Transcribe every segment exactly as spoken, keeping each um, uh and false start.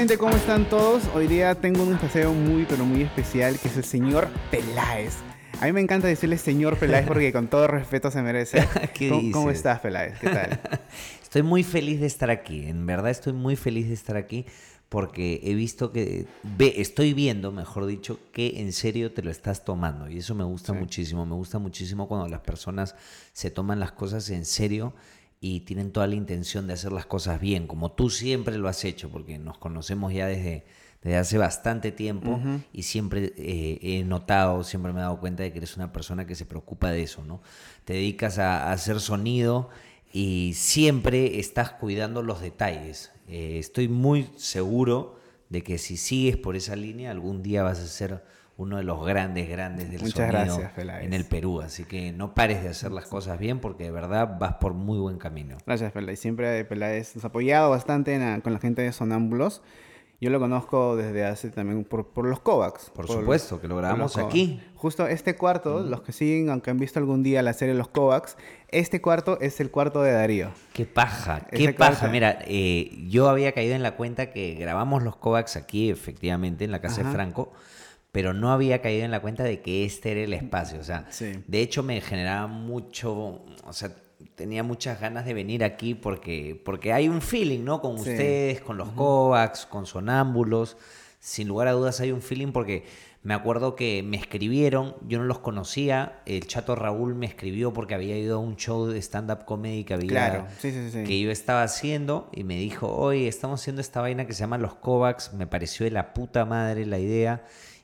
gente? ¿Cómo están todos? Hoy día tengo un paseo muy, pero muy especial, que es el señor Peláez. A mí me encanta decirle señor Peláez porque con todo respeto se merece. ¿Qué ¿Cómo, dices? ¿Cómo estás, Peláez? ¿Qué tal? Estoy muy feliz de estar aquí. En verdad estoy muy feliz de estar aquí porque he visto que... Ve, estoy viendo, mejor dicho, que en serio te lo estás tomando. Y eso me gusta Sí. muchísimo. Me gusta muchísimo cuando las personas se toman las cosas en serio y tienen toda la intención de hacer las cosas bien, como tú siempre lo has hecho, porque nos conocemos ya desde, desde hace bastante tiempo. Uh-huh. Y siempre eh, he notado, siempre me he dado cuenta de que eres una persona que se preocupa de eso, ¿no? Te dedicas a, a hacer sonido y siempre estás cuidando los detalles. Eh, estoy muy seguro de que si sigues por esa línea, algún día vas a ser uno de los grandes, grandes del Muchas sonido gracias, Peláez. En el Perú. Así que no pares de hacer las cosas bien porque de verdad vas por muy buen camino. Gracias, Peláez. Siempre Peláez nos ha apoyado bastante en la, con la gente de Sonámbulos. Yo lo conozco desde hace también por, por los Kovacs. Por, por supuesto, los, que lo grabamos los aquí. Justo este cuarto, mm. los que siguen, aunque han visto algún día la serie Los Kovacs, este cuarto es el cuarto de Darío. ¡Qué paja! ¡Qué Ese paja! cuarto. Mira, eh, yo había caído en la cuenta que grabamos Los Kovacs aquí, efectivamente, en la casa Ajá. de Franco, pero no había caído en la cuenta de que este era el espacio. O sea, sí. de hecho me generaba mucho... O sea, tenía muchas ganas de venir aquí porque, porque hay un feeling, ¿no? Con sí. ustedes, con los uh-huh. Kovacs, con Sonámbulos. Sin lugar a dudas hay un feeling porque me acuerdo que me escribieron, yo no los conocía, el Chato Raúl me escribió porque había ido a un show de stand-up comedy que, había, claro. sí, sí, sí. que yo estaba haciendo y me dijo, oye, estamos haciendo esta vaina que se llama Los Kovacs, me pareció de la puta madre la idea.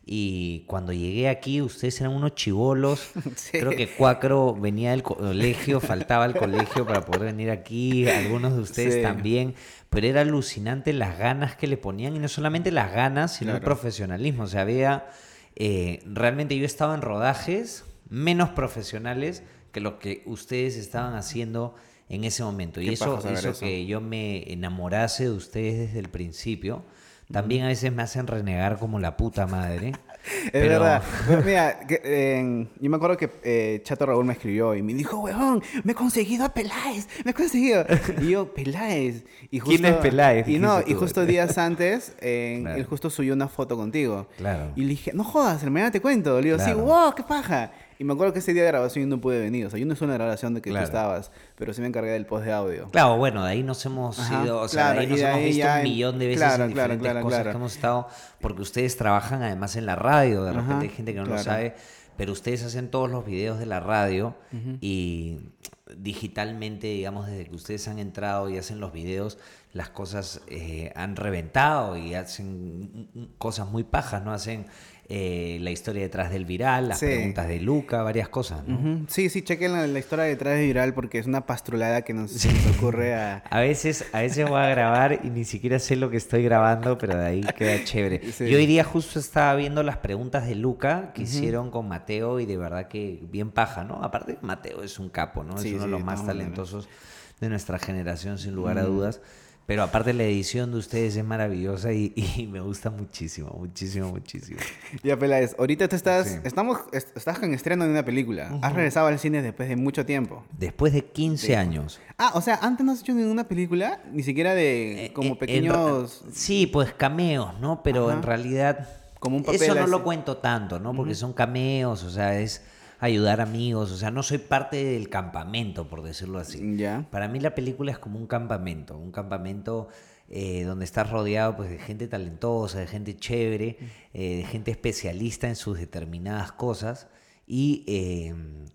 Y cuando llegué aquí, ustedes eran unos chibolos. Sí. Creo que Cuacro venía del colegio, faltaba al colegio para poder venir aquí. Algunos de ustedes sí. también. Pero era alucinante las ganas que le ponían. Y no solamente las ganas, sino claro. el profesionalismo. O sea, había... Eh, realmente yo estaba en rodajes menos profesionales que lo que ustedes estaban haciendo en ese momento. Y eso, eso, eso que yo me enamorase de ustedes desde el principio... También a veces me hacen renegar como la puta madre. Es pero... verdad. Mira, que, eh, yo me acuerdo que eh, Chato Raúl me escribió y me dijo, weón, me he conseguido a Peláez, me he conseguido. Y yo, Peláez. Y justo, ¿quién es Peláez? Y no, y justo días antes, eh, claro. él justo subió una foto contigo. Claro. Y le dije, no jodas, mañana te cuento. Le digo, claro. sí, wow, qué paja. Y me acuerdo que ese día de grabación yo no pude venir. O sea, yo no hice una grabación de que claro. tú estabas, pero sí me encargué del post de audio. Claro, bueno, de ahí nos hemos Ajá, ido, o sea, claro, de ahí nos de hemos ahí visto un millón de veces claro, en diferentes claro, claro, cosas claro. que hemos estado, porque ustedes trabajan además en la radio, de repente Ajá, hay gente que no claro. lo sabe, pero ustedes hacen todos los videos de la radio uh-huh. y digitalmente, digamos, desde que ustedes han entrado y hacen los videos, las cosas eh, han reventado y hacen cosas muy pajas, ¿no? Hacen eh, la historia detrás del viral, las sí. preguntas de Luca, varias cosas, ¿no? Uh-huh. Sí, sí, chequen la, la historia detrás del viral porque es una pastrulada que nos, sí. nos ocurre a... A veces, a veces voy a grabar y ni siquiera sé lo que estoy grabando, pero de ahí queda chévere. Sí. Yo hoy día justo estaba viendo las preguntas de Luca que uh-huh. hicieron con Mateo y de verdad que bien paja, ¿no? Aparte, Mateo es un capo, ¿no? Sí, es uno sí, de los más no, talentosos no. de nuestra generación, sin lugar uh-huh. a dudas. Pero aparte la edición de ustedes es maravillosa y, y me gusta muchísimo, muchísimo, muchísimo. Ya, Peláez, ahorita tú estás, sí. estamos, estás en estreno de una película. Uh-huh. Has regresado al cine después de mucho tiempo. Después de quince sí. años. Ah, o sea, antes no has hecho ninguna película, ni siquiera de como eh, pequeños... En, sí, pues cameos, ¿no? Pero Ajá. en realidad como un papel eso no así. Lo cuento tanto, ¿no? Porque uh-huh. son cameos, o sea, es... ayudar amigos, o sea, no soy parte del campamento, por decirlo así. Ya. Para mí la película es como un campamento, un campamento eh, donde estás rodeado pues, de gente talentosa, de gente chévere, eh, de gente especialista en sus determinadas cosas y eh,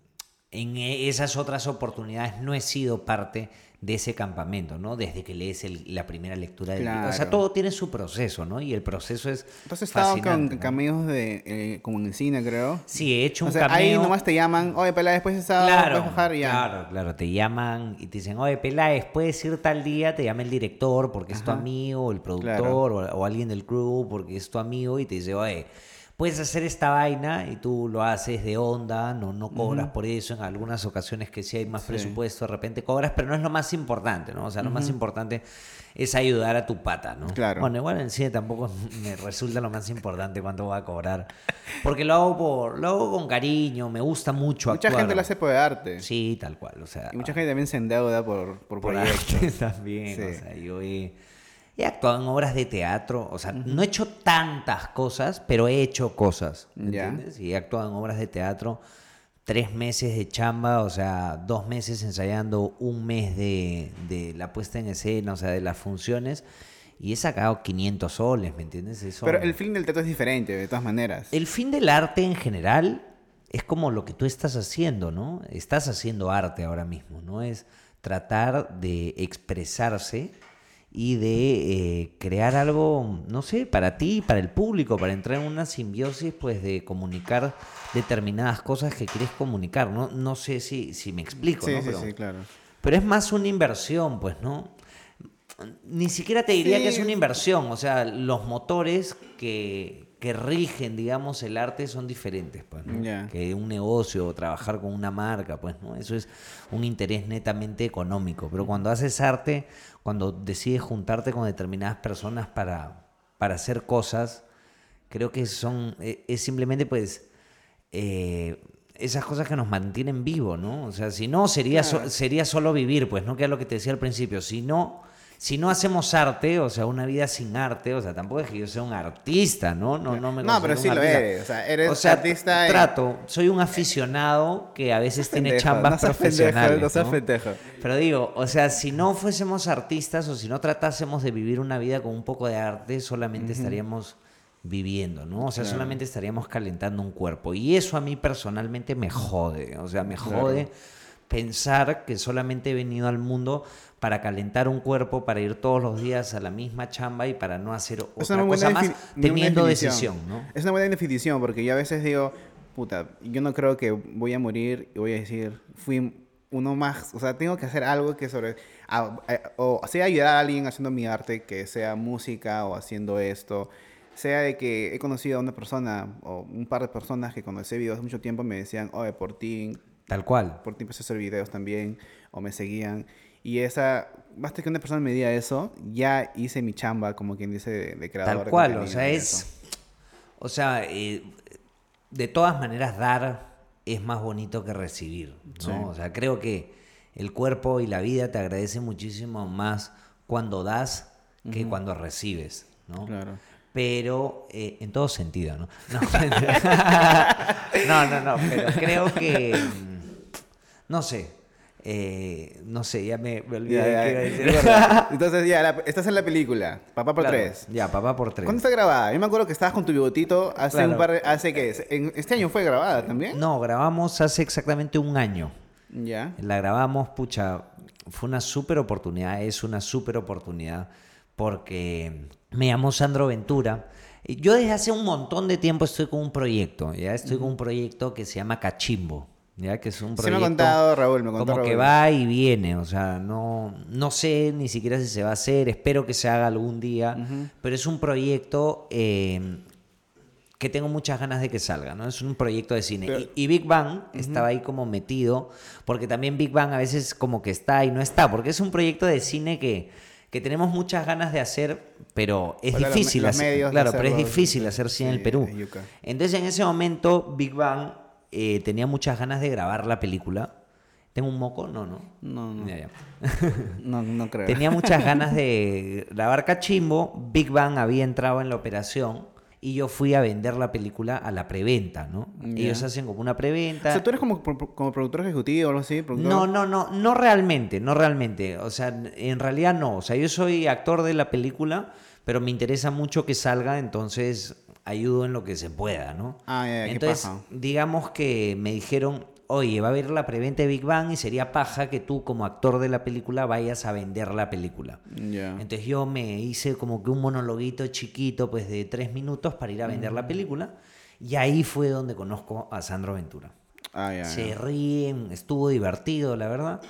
en esas otras oportunidades no he sido parte de ese campamento, ¿no? Desde que lees el, la primera lectura del claro. libro. O sea, todo tiene su proceso, ¿no? Y el proceso es Entonces estado con ¿no? cameos de, eh, como en el cine, creo. Sí, he hecho o un sea, cameo. Ahí nomás te llaman, oye, Peláez, después de sábado claro, puedes bajar y ya. Claro, claro, te llaman y te dicen, oye, Peláez, puedes ir tal día, te llama el director porque Ajá. es tu amigo, o el productor, claro. o, o alguien del crew porque es tu amigo y te dice, oye, puedes hacer esta vaina y tú lo haces de onda, no, no cobras uh-huh. por eso. En algunas ocasiones que sí hay más sí. presupuesto, de repente cobras, pero no es lo más importante, ¿no? O sea, uh-huh. lo más importante es ayudar a tu pata, ¿no? Claro. Bueno, igual en el cine tampoco me resulta lo más importante cuánto voy a cobrar. Porque lo hago por, lo hago con cariño, me gusta mucho mucha actuar. Mucha gente lo hace por arte. Sí, tal cual, o sea. Y mucha gente también se endeuda por, por, por proyectos. arte también, sí. o sea, yo he... he actuado en obras de teatro, o sea, Uh-huh. no he hecho tantas cosas, pero he hecho cosas, Ya. ¿entiendes? Y he actuado en obras de teatro, tres meses de chamba, o sea, dos meses ensayando, un mes de, de la puesta en escena, o sea, de las funciones, y he sacado quinientos soles, ¿me entiendes? Eso... Pero el film del teatro es diferente, de todas maneras. El fin del arte en general es como lo que tú estás haciendo, ¿no? Estás haciendo arte ahora mismo, ¿no? Es tratar de expresarse y de eh, crear algo, no sé, para ti, para el público, para entrar en una simbiosis, pues, de comunicar determinadas cosas que quieres comunicar, ¿no? No sé si, si me explico, Sí, ¿no? sí, Pero, sí, claro. pero es más una inversión, pues, ¿no? Ni siquiera te diría Sí. que es una inversión, o sea, los motores que, que rigen, digamos, el arte son diferentes, pues, ¿no? Ya. Que un negocio o trabajar con una marca, pues, ¿no? Eso es un interés netamente económico, pero cuando haces arte, cuando decides juntarte con determinadas personas para, para hacer cosas, creo que son, eh, es simplemente, pues, eh, esas cosas que nos mantienen vivos, ¿no? O sea, si no, sería, Claro. so- sería solo vivir, pues, ¿no? Que es lo que te decía al principio. Si no, si no hacemos arte, o sea, una vida sin arte, o sea, tampoco es que yo sea un artista, ¿no? No, no me No, pero considero un sí lo artista. eres. O sea, eres O sea, artista. en- trato, soy un aficionado que a veces tiene Pendejo, chambas no seas profesionales, pendejo, no seas ¿no? pendejo. Pero digo, o sea, si no fuésemos artistas o si no tratásemos de vivir una vida con un poco de arte, solamente estaríamos viviendo, ¿no? O sea, Claro. solamente estaríamos calentando un cuerpo. Y eso a mí personalmente me jode. O sea, me jode pensar que solamente he venido al mundo para calentar un cuerpo, para ir todos los días a la misma chamba y para no hacer Es otra una buena cosa más defi- una teniendo definición. decisión, ¿no? Es una buena definición porque yo a veces digo, puta, yo no creo que voy a morir y voy a decir, fui uno más. O sea, tengo que hacer algo que sobre... a- a- o sea, ayudar a alguien haciendo mi arte, que sea música o haciendo esto. Sea de que he conocido a una persona o un par de personas que cuando hice videos hace mucho tiempo me decían, oye, por ti, Tal cual. por ti empecé a hacer videos también, o me seguían. Y esa, basta que una persona me diga eso, ya hice mi chamba, como quien dice, de, de creador. Tal de cual, o contenido sea, y es... eso. O sea, eh, de todas maneras dar es más bonito que recibir, ¿no? Sí. O sea, creo que el cuerpo y la vida te agradecen muchísimo más cuando das que Ujú. cuando recibes, ¿no? Claro. Pero eh, en todo sentido, ¿no? No, no, no, no, pero creo que, mm, no sé, eh, no sé, ya me, me olvidé Ya, de ya, qué iba a ya, decir. recuerda. Entonces, ya, la- estás en la película, Papá por Claro, tres. Ya, papá por tres. ¿Cuándo está grabada? Yo me acuerdo que estabas con tu bigotito hace Claro. un par de... ¿Hace qué? ¿En- ¿Este año fue grabada también? No, grabamos hace exactamente un año. Ya. La grabamos, pucha, fue una súper oportunidad, es una súper oportunidad, porque me llamó Sandro Ventura. Yo desde hace un montón de tiempo estoy con un proyecto, ya estoy con un proyecto que se llama Cachimbo, ya que es un Sí me proyecto ha contado Raúl, me contó como Raúl. que va y viene, o sea, no, no sé ni siquiera si se va a hacer, espero que se haga algún día, Ujú. pero es un proyecto eh, que tengo muchas ganas de que salga, ¿no? Es un proyecto de cine. Pero- y, y Big Bang estaba ahí como metido, porque también Big Bang a veces como que está y no está, porque es un proyecto de cine que, que tenemos muchas ganas de hacer, pero es Para los difícil me- los hacer, medios de claro, pero es hacerlo, difícil sí, hacer cine en sí, el Perú. es yuca. Entonces en ese momento Big Bang eh, tenía muchas ganas de grabar la película. ¿Tengo un moco? No, no. No, no. Ya, ya. No, no creo. Tenía muchas ganas de grabar Cachimbo. Big Bang había entrado en la operación y yo fui a vender la película a la preventa, ¿no? Ya. Ellos hacen como una preventa. O sea, tú eres como, pro- como productor ejecutivo o algo así. productor? No, no, no, no realmente, no realmente. O sea, en realidad no. O sea, yo soy actor de la película, pero me interesa mucho que salga, entonces ayudo en lo que se pueda, ¿no? Ah, ya, ya, qué Entonces, paja. digamos que me dijeron, oye, va a haber la preventa de Big Bang y sería paja que tú como actor de la película vayas a vender la película. Ya. Entonces yo me hice como que un monologuito chiquito, pues de tres minutos para ir a vender Mm. la película. Y ahí fue donde conozco a Sandro Ventura. Ah, ya. Se ya. ríen, estuvo divertido, la verdad.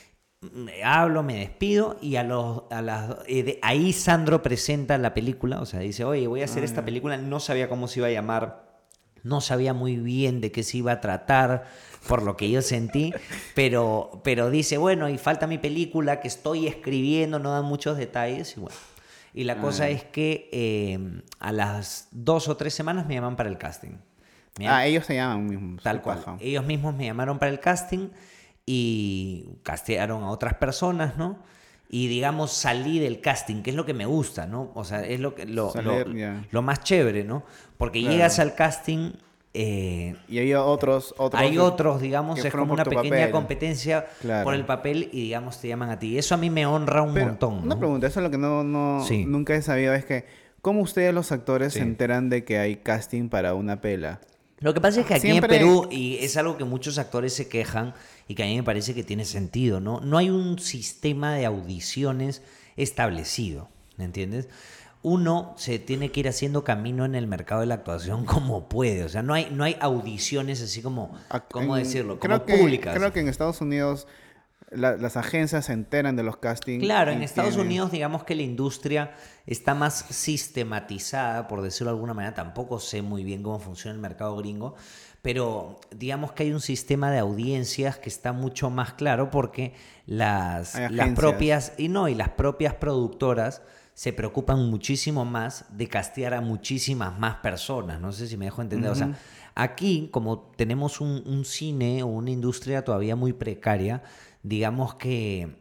Me hablo, me despido y a los, a las, eh, de- ahí Sandro presenta la película, o sea, dice, oye, voy a hacer Ah, esta ya. película, no sabía cómo se iba a llamar, no sabía muy bien de qué se iba a tratar, por lo que yo sentí, pero, pero dice, bueno, y falta mi película que estoy escribiendo, no dan muchos detalles, y bueno. Y la Ah, cosa ya. es que eh, a las dos o tres semanas me llaman para el casting. Me Ah, ellos se llaman mismos. Tal qué cual. paja. Ellos mismos me llamaron para el casting y castearon a otras personas, ¿no? y digamos salí del casting, que es lo que me gusta, ¿no? O sea, es lo, que, lo, Salir, lo, ya. lo más chévere, ¿no? Porque Claro. llegas al casting... Eh, Y hay otros, otros hay otros, digamos, que es fueron como por una tu pequeña papel. competencia Claro. por el papel y, digamos, te llaman a ti. Eso a mí me honra un Pero montón, una ¿no? pregunta, eso es lo que no, no Sí. nunca he sabido, es que ¿cómo ustedes los actores Sí. se enteran de que hay casting para una pela? Lo que pasa es que aquí Siempre- en Perú, y es algo que muchos actores se quejan y que a mí me parece que tiene sentido, ¿no? No hay un sistema de audiciones establecido, ¿me entiendes? Uno se tiene que ir haciendo camino en el mercado de la actuación como puede. O sea, no hay, no hay audiciones así como, Ac- ¿cómo en- decirlo? creo Como que- públicas. Creo que en Estados Unidos la- las agencias se enteran de los castings. Claro, en y Estados tienen- Unidos digamos que la industria está más sistematizada, por decirlo de alguna manera. Tampoco sé muy bien cómo funciona el mercado gringo, pero digamos que hay un sistema de audiencias que está mucho más claro porque las, Hay las agencias. propias y no y las propias productoras se preocupan muchísimo más de castear a muchísimas más personas. No sé si me dejo entender. O sea, aquí, como tenemos un, un cine o una industria todavía muy precaria, digamos que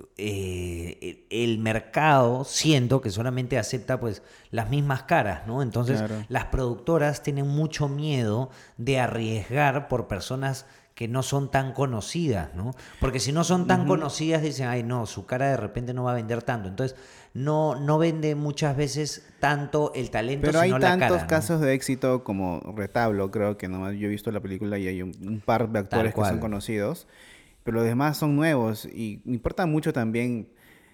eh, el mercado siento que solamente acepta pues las mismas caras, ¿no? Entonces Claro. las productoras tienen mucho miedo de arriesgar por personas que no son tan conocidas, ¿no? Porque si no son tan conocidas dicen, ay no, su cara de repente no va a vender tanto. Entonces no, no vende muchas veces tanto el talento, Pero hay sino la tantos cara, ¿no? casos de éxito como Retablo, creo que nomás yo he visto la película y hay un, un par de actores que cual. son conocidos, pero los demás son nuevos y me importa mucho también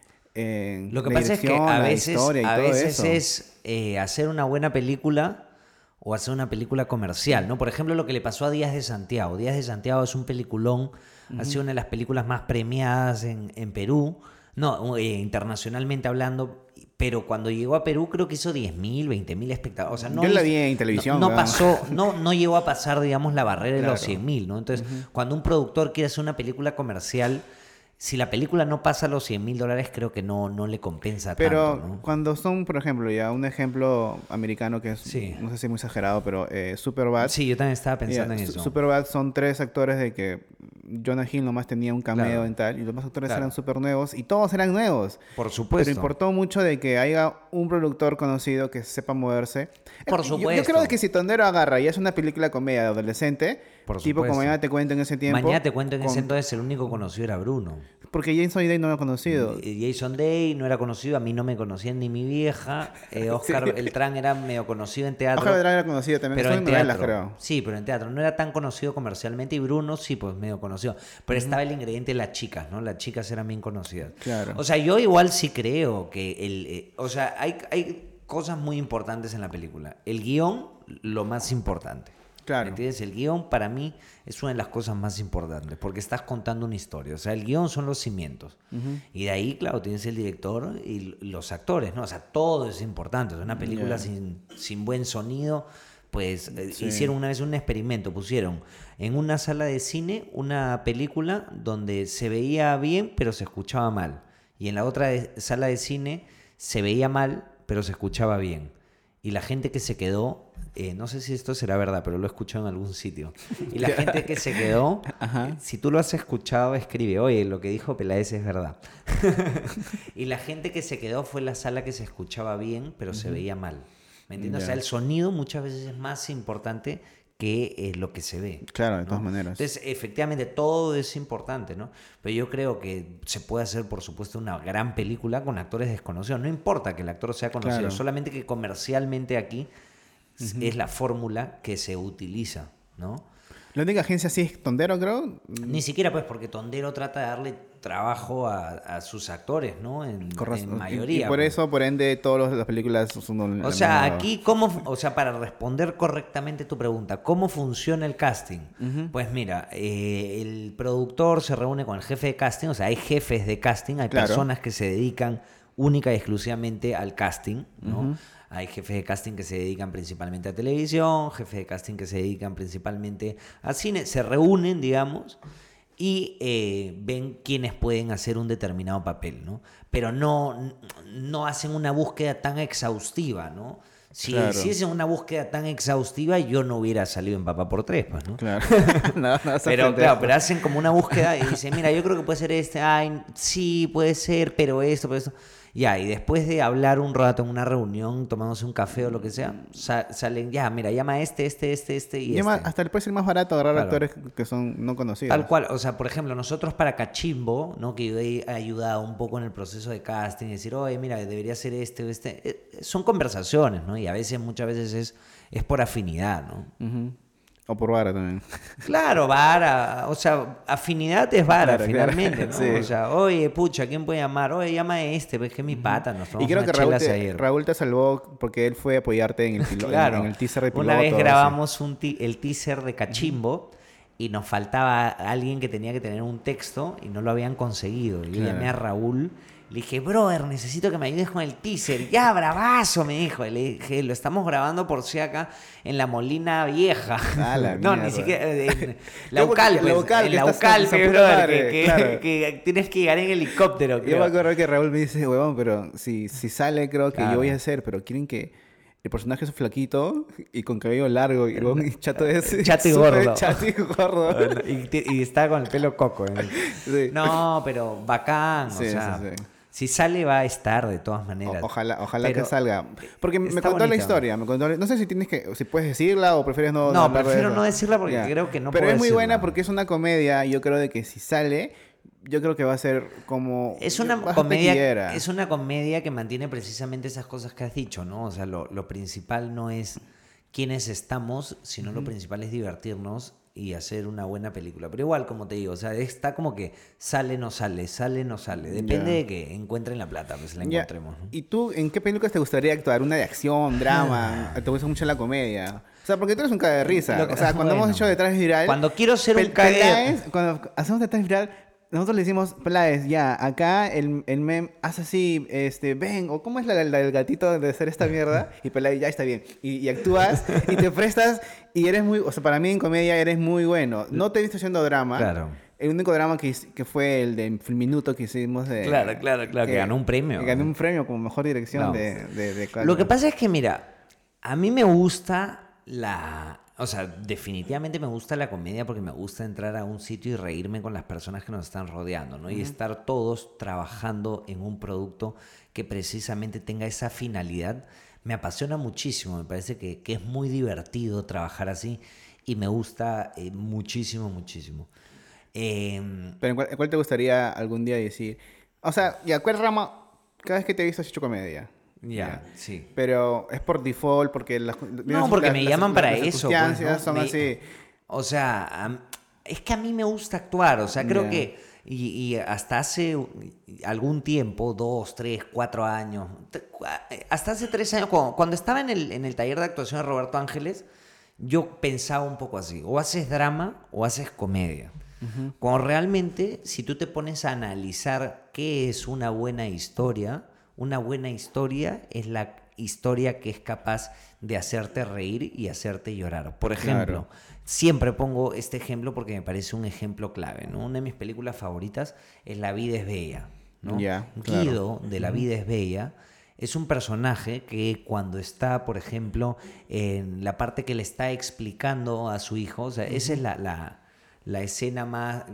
eh, Lo que la pasa es que dirección, a la veces, historia y a todo veces eso. es eh, hacer una buena película o hacer una película comercial, ¿no? Por ejemplo, lo que le pasó a Díaz de Santiago. Díaz de Santiago es un peliculón, ha sido una de las películas más premiadas en, en Perú, no, eh, internacionalmente hablando, pero cuando llegó a Perú creo que hizo diez mil, veinte mil espectadores. O sea, no Yo la hizo- vi en televisión, No, no weón. pasó, no, no llegó a pasar, digamos, la barrera de los Claro. cien mil, ¿no? Entonces, cuando un productor quiere hacer una película comercial, si la película no pasa los cien mil dólares, creo que no, no le compensa Pero tanto, ¿no? cuando son, por ejemplo, ya un ejemplo americano que es, Sí. no sé si es muy exagerado, pero eh, Superbad. Sí, yo también estaba pensando Ya, en Su- eso. Superbad son tres actores de que Jonah Hill nomás tenía un cameo Claro. en tal y los demás actores Claro. eran súper nuevos y todos eran nuevos. Por supuesto. Pero importó mucho de que haya un productor conocido que sepa moverse. Por Eh, yo- Yo, supuesto. creo que si Tondero agarra y es una película comedia de adolescente, Por tipo supuesto. como Mañana te cuento en ese tiempo. Mañana te cuento en con- ese entonces el único conocido era Bruno. Porque James Holiday no lo ha conocido. Eh, Jason Day no era conocido, a mí no me conocían ni mi vieja. Eh, Oscar Sí. Beltrán era medio conocido en teatro. Ojalá Beltrán era conocido también. Pero Son en novelas, teatro. creo. Sí, pero en teatro. No era tan conocido comercialmente y Bruno sí, pues medio conocido. Pero estaba el ingrediente de las chicas, ¿no? Las chicas eran bien conocidas. Claro. O sea, yo igual sí creo que el... eh, o sea, hay, hay cosas muy importantes en la película. El guión, lo más importante. Claro. ¿Me entiendes? El guión para mí es una de las cosas más importantes porque estás contando una historia. O sea, el guión son los cimientos. Y de ahí, claro, tienes el director y los actores, ¿no? O sea, todo es importante. O sea, una película Ya. sin, sin buen sonido, pues eh, Sí. hicieron una vez un experimento. Pusieron en una sala de cine una película donde se veía bien, pero se escuchaba mal. Y en la otra de- sala de cine se veía mal, pero se escuchaba bien. Y la gente que se quedó, eh, no sé si esto será verdad, pero lo he escuchado en algún sitio. Y la gente que se quedó, Ajá. si tú lo has escuchado, escribe, oye, lo que dijo Peláez es verdad. Y la gente que se quedó fue la sala que se escuchaba bien, pero se veía mal. ¿Me entiendes? Ya. O sea, el sonido muchas veces es más importante que eh, lo que se ve. Claro, de ¿no? todas maneras. Entonces, efectivamente, todo es importante, ¿no? Pero yo creo que se puede hacer, por supuesto, una gran película con actores desconocidos. No importa que el actor sea conocido, Claro. solamente que comercialmente aquí es- es la fórmula que se utiliza, ¿no? La única agencia sí es Tondero, creo. Ni siquiera, pues, porque Tondero trata de darle trabajo a, a sus actores, ¿no? En, Con razón. en Y- mayoría. Y por pues. eso, por ende, todas las películas son la O sea, misma- aquí, ¿cómo, o sea, para responder correctamente tu pregunta, ¿cómo funciona el casting? Pues mira, eh, el productor se reúne con el jefe de casting, o sea, hay jefes de casting, hay Claro. personas que se dedican única y exclusivamente al casting, ¿no? Hay jefes de casting que se dedican principalmente a televisión, jefes de casting que se dedican principalmente a cine, se reúnen, digamos, y eh, ven quiénes pueden hacer un determinado papel, ¿no? Pero no, no hacen una búsqueda tan exhaustiva, ¿no? Si Claro. hiciesen una búsqueda tan exhaustiva, yo no hubiera salido en Papá por Tres, pues, ¿no? Claro. no, no, esa Pero pendejo. claro, pero hacen como una búsqueda y dicen, mira, yo creo que puede ser este, ay, sí, puede ser, pero esto, pero esto. Ya, y después de hablar un rato en una reunión, tomándose un café o lo que sea, sa- salen, ya, mira, llama a este, este, este, este y Llama- este. hasta le puede ser más barato agarrar Claro. actores que son no conocidos. Tal cual, o sea, por ejemplo, nosotros para Cachimbo, ¿no? Que yo he ayudado un poco en el proceso de casting, decir, oye, mira, debería ser este o este. Eh, son conversaciones, ¿no? Y a veces, muchas veces es, es por afinidad, ¿no? Ujú. O por vara también. Claro, vara, o sea, afinidad es vara, Claro, claro. finalmente, ¿no? Sí. O sea, oye, pucha, ¿quién puede llamar? Oye, llama a este, pues que es mi pata, nos Y tomamos creo unas que Raúl chelas te, ayer. Raúl te salvó porque él fue a apoyarte en el, pilo- Claro, en el teaser de piloto. una vez así. grabamos un ti- el teaser de Cachimbo y nos faltaba alguien que tenía que tener un texto y no lo habían conseguido. Y yo Claro. llamé a Raúl, le dije, brother, necesito que me ayudes con el teaser. Ya, bravazo, me dijo. Y le dije, lo estamos grabando por si acá en la Molina Vieja. Ah, la no, mierda. ni siquiera. En la Yo, porque Ucal, la pues, Ucal, en que la estás Ucal, con esa pues, puta brother, madre, que, que- claro. que tienes que llegar en helicóptero. Yo creo. me acuerdo que Raúl me dice, huevón, pero si, si sale, creo que Claro. yo voy a hacer, pero quieren que el personaje es flaquito y con cabello largo y, huevón, y chato es. Chato y súper gordo. Chato y gordo. Y, te- y está con el pelo coco. ¿eh? Sí. No, pero bacán, Sí, o sea, sí, sí. si sale va a estar de todas maneras. O- ojalá ojalá Pero que salga. Porque me está contó la bonita. historia. Me contó, la- no sé si tienes que, si puedes decirla o prefieres no. No, hablar de prefiero eso. no decirla porque Ya. creo que no Pero puedo es muy decirla. buena porque es una comedia. Y yo creo de que si sale, yo creo que va a ser como. Es una bastante comedia, taquillera. es una comedia que mantiene precisamente esas cosas que has dicho, ¿no? O sea, lo, lo principal no es quiénes estamos, sino lo principal es divertirnos y hacer una buena película. Pero igual, como te digo, o sea, está como que sale, no sale, sale, no sale. Depende Ya. de que encuentren la plata, pues la Ya. encontremos. ¿no? ¿Y tú en qué películas te gustaría actuar? ¿Una de acción, drama? ¿Te gusta mucho la comedia? O sea, porque tú eres un caga de risa. Lo que- O sea, cuando bueno. hemos hecho Detrás Viral... Cuando quiero ser un Pel- cague- Peláez, cuando hacemos Detrás Viral, nosotros le decimos, Peláez, ya, acá el, el mem hace así, este, ven, o ¿cómo es la, la del gatito de hacer esta mierda? Y Peláez, ya está bien. Y, y actúas y te prestas y eres muy... O sea, para mí en comedia eres muy bueno. No te he visto haciendo drama. Claro. El único drama que, hice- que fue el de Filminuto que hicimos de... Claro, claro, claro, que ganó un premio. Que ganó un premio como mejor dirección No. de, de, de Lo que pasa es que, mira, a mí me gusta la... O sea, definitivamente me gusta la comedia porque me gusta entrar a un sitio y reírme con las personas que nos están rodeando, ¿no? Y estar todos trabajando en un producto que precisamente tenga esa finalidad. Me apasiona muchísimo, me parece que, que es muy divertido trabajar así y me gusta eh, muchísimo, muchísimo. Eh, Pero ¿en cuál, en cuál te gustaría algún día decir? O sea, ¿y a cuál rama? Cada vez que te he visto has hecho comedia. ya, sí. Pero es por default, porque las... No, porque me llaman para eso. Pues, circunstancias ¿no? son Me- así. O sea, am- es que a mí me gusta actuar. O sea, creo Ya. que. Y, y hasta hace algún tiempo, dos, tres, cuatro años, te- hasta hace tres años, cuando, cuando estaba en el, en el taller de actuación de Roberto Ángeles, yo pensaba un poco así: o haces drama o haces comedia. Cuando realmente, si tú te pones a analizar qué es una buena historia, una buena historia es la historia que es capaz de hacerte reír y hacerte llorar. Por ejemplo, Claro. siempre pongo este ejemplo porque me parece un ejemplo clave, ¿no? Una de mis películas favoritas es La vida es bella, ¿no? Ya, claro. Guido, de La vida es bella, es un personaje que cuando está, por ejemplo, en la parte que le está explicando a su hijo, o sea, esa es la, la, la escena más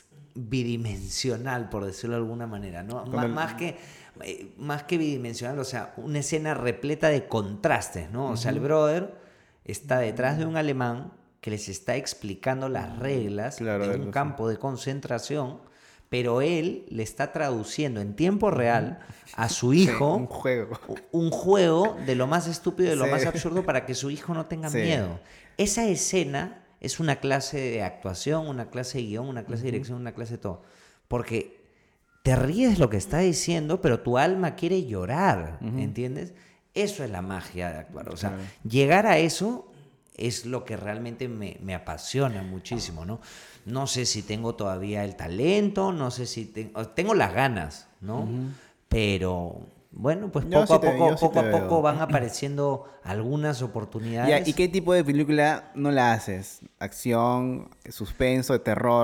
bidimensional, por decirlo de alguna manera, ¿no? Cuando Má- el- Más que, eh, más que bidimensional, o sea, una escena repleta de contrastes, ¿no? O sea, el brother está detrás de un alemán que les está explicando las reglas Claro, de de un los- campo de concentración, pero él le está traduciendo en tiempo real a su Sí, hijo un juego. un juego de lo más estúpido, de lo Sí. más absurdo para que su hijo no tenga Sí. miedo. Esa escena es una clase de actuación, una clase de guión, una clase de dirección, una clase de todo. Porque te ríes de lo que está diciendo, pero tu alma quiere llorar, ¿entiendes? Eso es la magia de actuar. O sea, Claro. llegar a eso es lo que realmente me, me apasiona muchísimo, ¿no? No sé si tengo todavía el talento, no sé si tengo, tengo las ganas, ¿no? Pero bueno, pues Yo poco sí a te- poco, yo sí poco te a veo. poco van apareciendo algunas oportunidades. Ya, ¿y qué tipo de película no la haces? ¿Acción, suspenso, terror?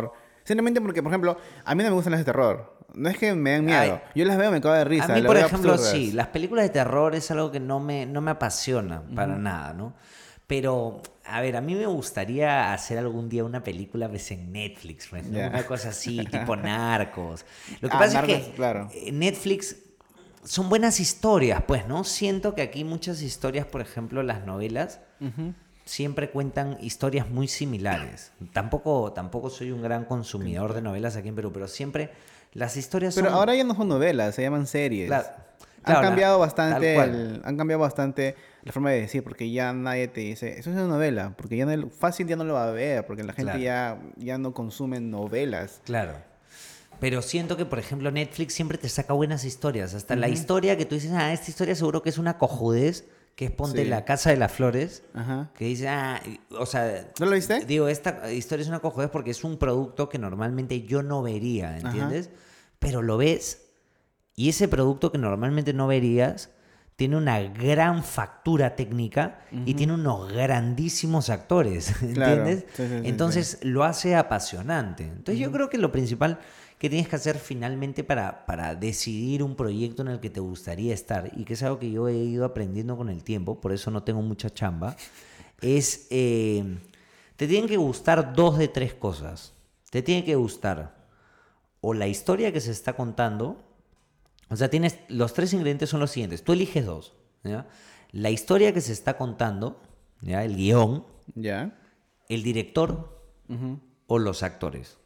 Simplemente porque, por ejemplo, a mí no me gustan las de terror. No es que me den miedo. Ay, Yo las veo y me cago de risa. a mí, las por veo ejemplo, absurdas. sí, las películas de terror es algo que no me, no me apasiona para nada, ¿no? Pero, a ver, a mí me gustaría hacer algún día una película pues, en Netflix, pues, ¿no? Ya. Una cosa así, tipo Narcos. Lo que Ah, pasa Narcos, es que claro. eh, Netflix son buenas historias, pues, ¿no? Siento que aquí muchas historias, por ejemplo, las novelas, Ujú. siempre cuentan historias muy similares. Tampoco, tampoco soy un gran consumidor de novelas aquí en Perú, pero siempre las historias Pero son... ahora ya no son novelas, se llaman series. Claro, Han claro, la- cambiado tal bastante cual. el, han cambiado bastante la forma de decir, porque ya nadie te dice, eso es una novela, porque ya no, fácil ya no lo va a ver, porque la gente Claro. ya, ya no consume novelas. Claro. Pero siento que, por ejemplo, Netflix siempre te saca buenas historias. Hasta la Ujú. historia que tú dices, ah, esta historia seguro que es una cojudez, que es Ponte Sí. la Casa de las Flores, Ajá. que dice, ah, y- o sea... ¿No lo viste? Digo, esta historia es una cojudez porque es un producto que normalmente yo no vería, ¿entiendes? Pero lo ves y ese producto que normalmente no verías tiene una gran factura técnica y Ujú. tiene unos grandísimos actores, Claro. ¿entiendes? Sí, sí, sí, Entonces lo hace apasionante. Entonces yo Ujú. creo que lo principal que tienes que hacer finalmente para, para decidir un proyecto en el que te gustaría estar, y que es algo que yo he ido aprendiendo con el tiempo, por eso no tengo mucha chamba, es, eh, te tienen que gustar dos de tres cosas. Te tiene que gustar o la historia que se está contando, o sea, tienes, los tres ingredientes son los siguientes, tú eliges dos, ¿ya? La historia que se está contando, ¿ya? El guión, Ya. el director Ujú. o los actores.